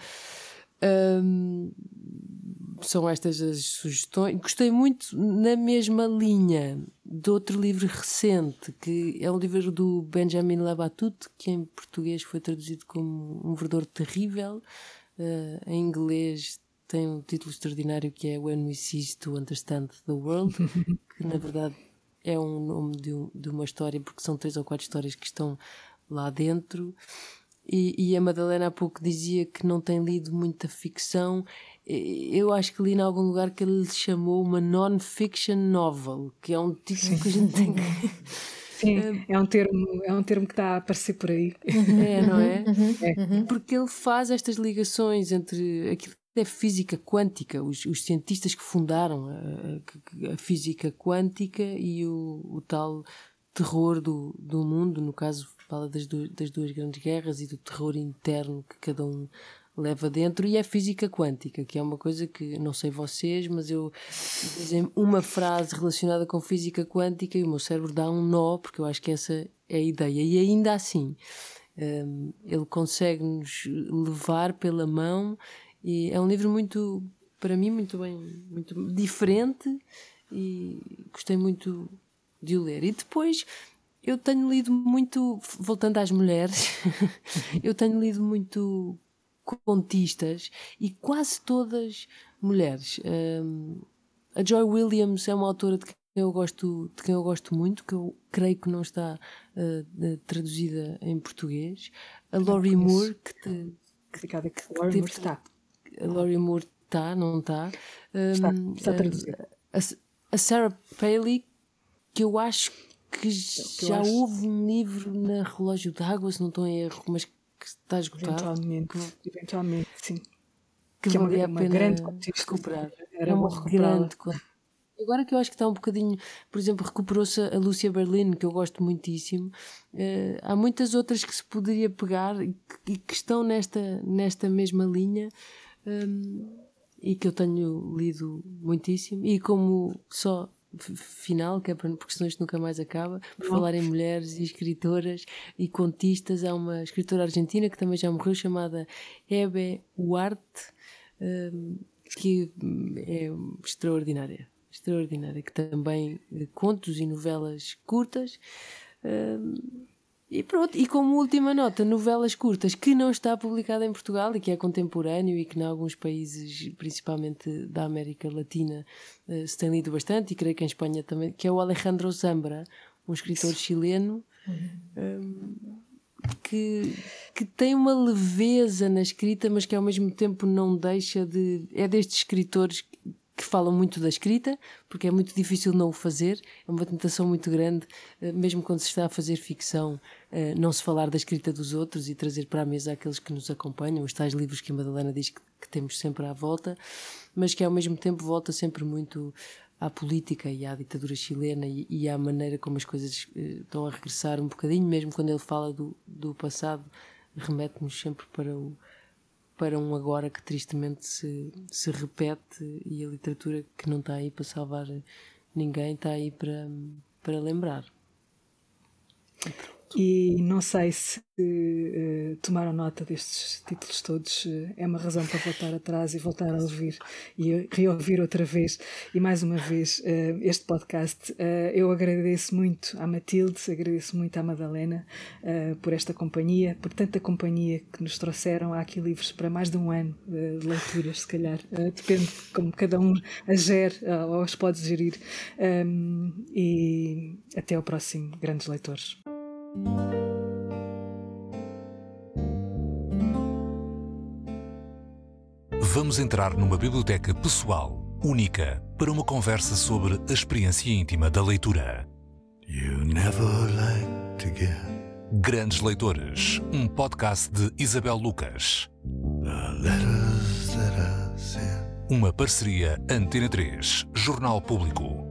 São estas as sugestões. Gostei muito, na mesma linha, de outro livro recente, que é um livro do Benjamin Labatut, que em português foi traduzido como Um Verdor Terrível. Em inglês tem um título extraordinário que é When We Cease to Understand the World, que na verdade é um nome de uma história, porque são 3 ou 4 histórias que estão lá dentro. E a Madalena há pouco dizia que não tem lido muita ficção. Eu acho que li em algum lugar que ele chamou uma non-fiction novel, que é um título que a gente tem que... Sim, é um termo que está a aparecer por aí. É, não é? Porque ele faz estas ligações entre aquilo que é física quântica, os cientistas que fundaram a física quântica e o tal terror do mundo. No caso, fala das duas grandes guerras e do terror interno que cada um leva dentro, e é física quântica, que é uma coisa que, não sei vocês, mas eu dizem uma frase relacionada com física quântica e o meu cérebro dá um nó, porque eu acho que essa é a ideia. E ainda assim, ele consegue-nos levar pela mão, e é um livro muito, para mim, muito diferente, e gostei muito de o ler. E depois eu tenho lido muito, voltando às mulheres, eu tenho lido muito contistas, e quase todas mulheres. A Joy Williams é uma autora de quem eu gosto muito, que eu creio que não está traduzida em português. A Laurie Moore, a Laurie Moore não está. Está traduzida. A Sarah Paley, que eu acho que já houve um livro na Relógio d'Água, se não estou em erro, mas que está esgotado. Eventualmente, sim. Que valia uma a pena grande recuperar. Era uma grande. Agora que eu acho que está um bocadinho, por exemplo, recuperou-se a Lúcia Berlin, que eu gosto muitíssimo. Há muitas outras que se poderia pegar e que estão nesta mesma linha, e que eu tenho lido muitíssimo. E como só final, que é porque senão isto nunca mais acaba, por falar em mulheres e escritoras e contistas. Há uma escritora argentina que também já morreu, chamada Hebe Huarte, que é extraordinária, que também contos e novelas curtas. E pronto, e como última nota, novelas curtas, que não está publicada em Portugal e que é contemporâneo e que em alguns países, principalmente da América Latina, se tem lido bastante, e creio que em Espanha também, que é o Alejandro Zambra, um escritor chileno, que tem uma leveza na escrita, mas que ao mesmo tempo não deixa de... É destes escritores que falam muito da escrita, porque é muito difícil não o fazer, é uma tentação muito grande, mesmo quando se está a fazer ficção, não se falar da escrita dos outros e trazer para a mesa aqueles que nos acompanham, os tais livros que a Madalena diz que temos sempre à volta, mas que ao mesmo tempo volta sempre muito à política e à ditadura chilena e à maneira como as coisas estão a regressar um bocadinho, mesmo quando ele fala do passado, remete-nos sempre para um agora que tristemente se repete, e a literatura, que não está aí para salvar ninguém, está aí para lembrar. E não sei se tomaram nota destes títulos todos. É uma razão para voltar atrás e voltar a ouvir e reouvir outra vez e mais uma vez este podcast. Eu agradeço muito à Matilde, agradeço muito à Madalena por esta companhia, por tanta companhia que nos trouxeram. Há aqui livros para mais de um ano de leituras, se calhar. Depende de como cada um as gere ou as pode gerir. E até ao próximo Grandes Leitores. Vamos entrar numa biblioteca pessoal, única, para uma conversa sobre a experiência íntima da leitura. You never like to get Grandes Leitores, um podcast de Isabel Lucas. the letters that I sent. Uma parceria Antena 3, Jornal Público.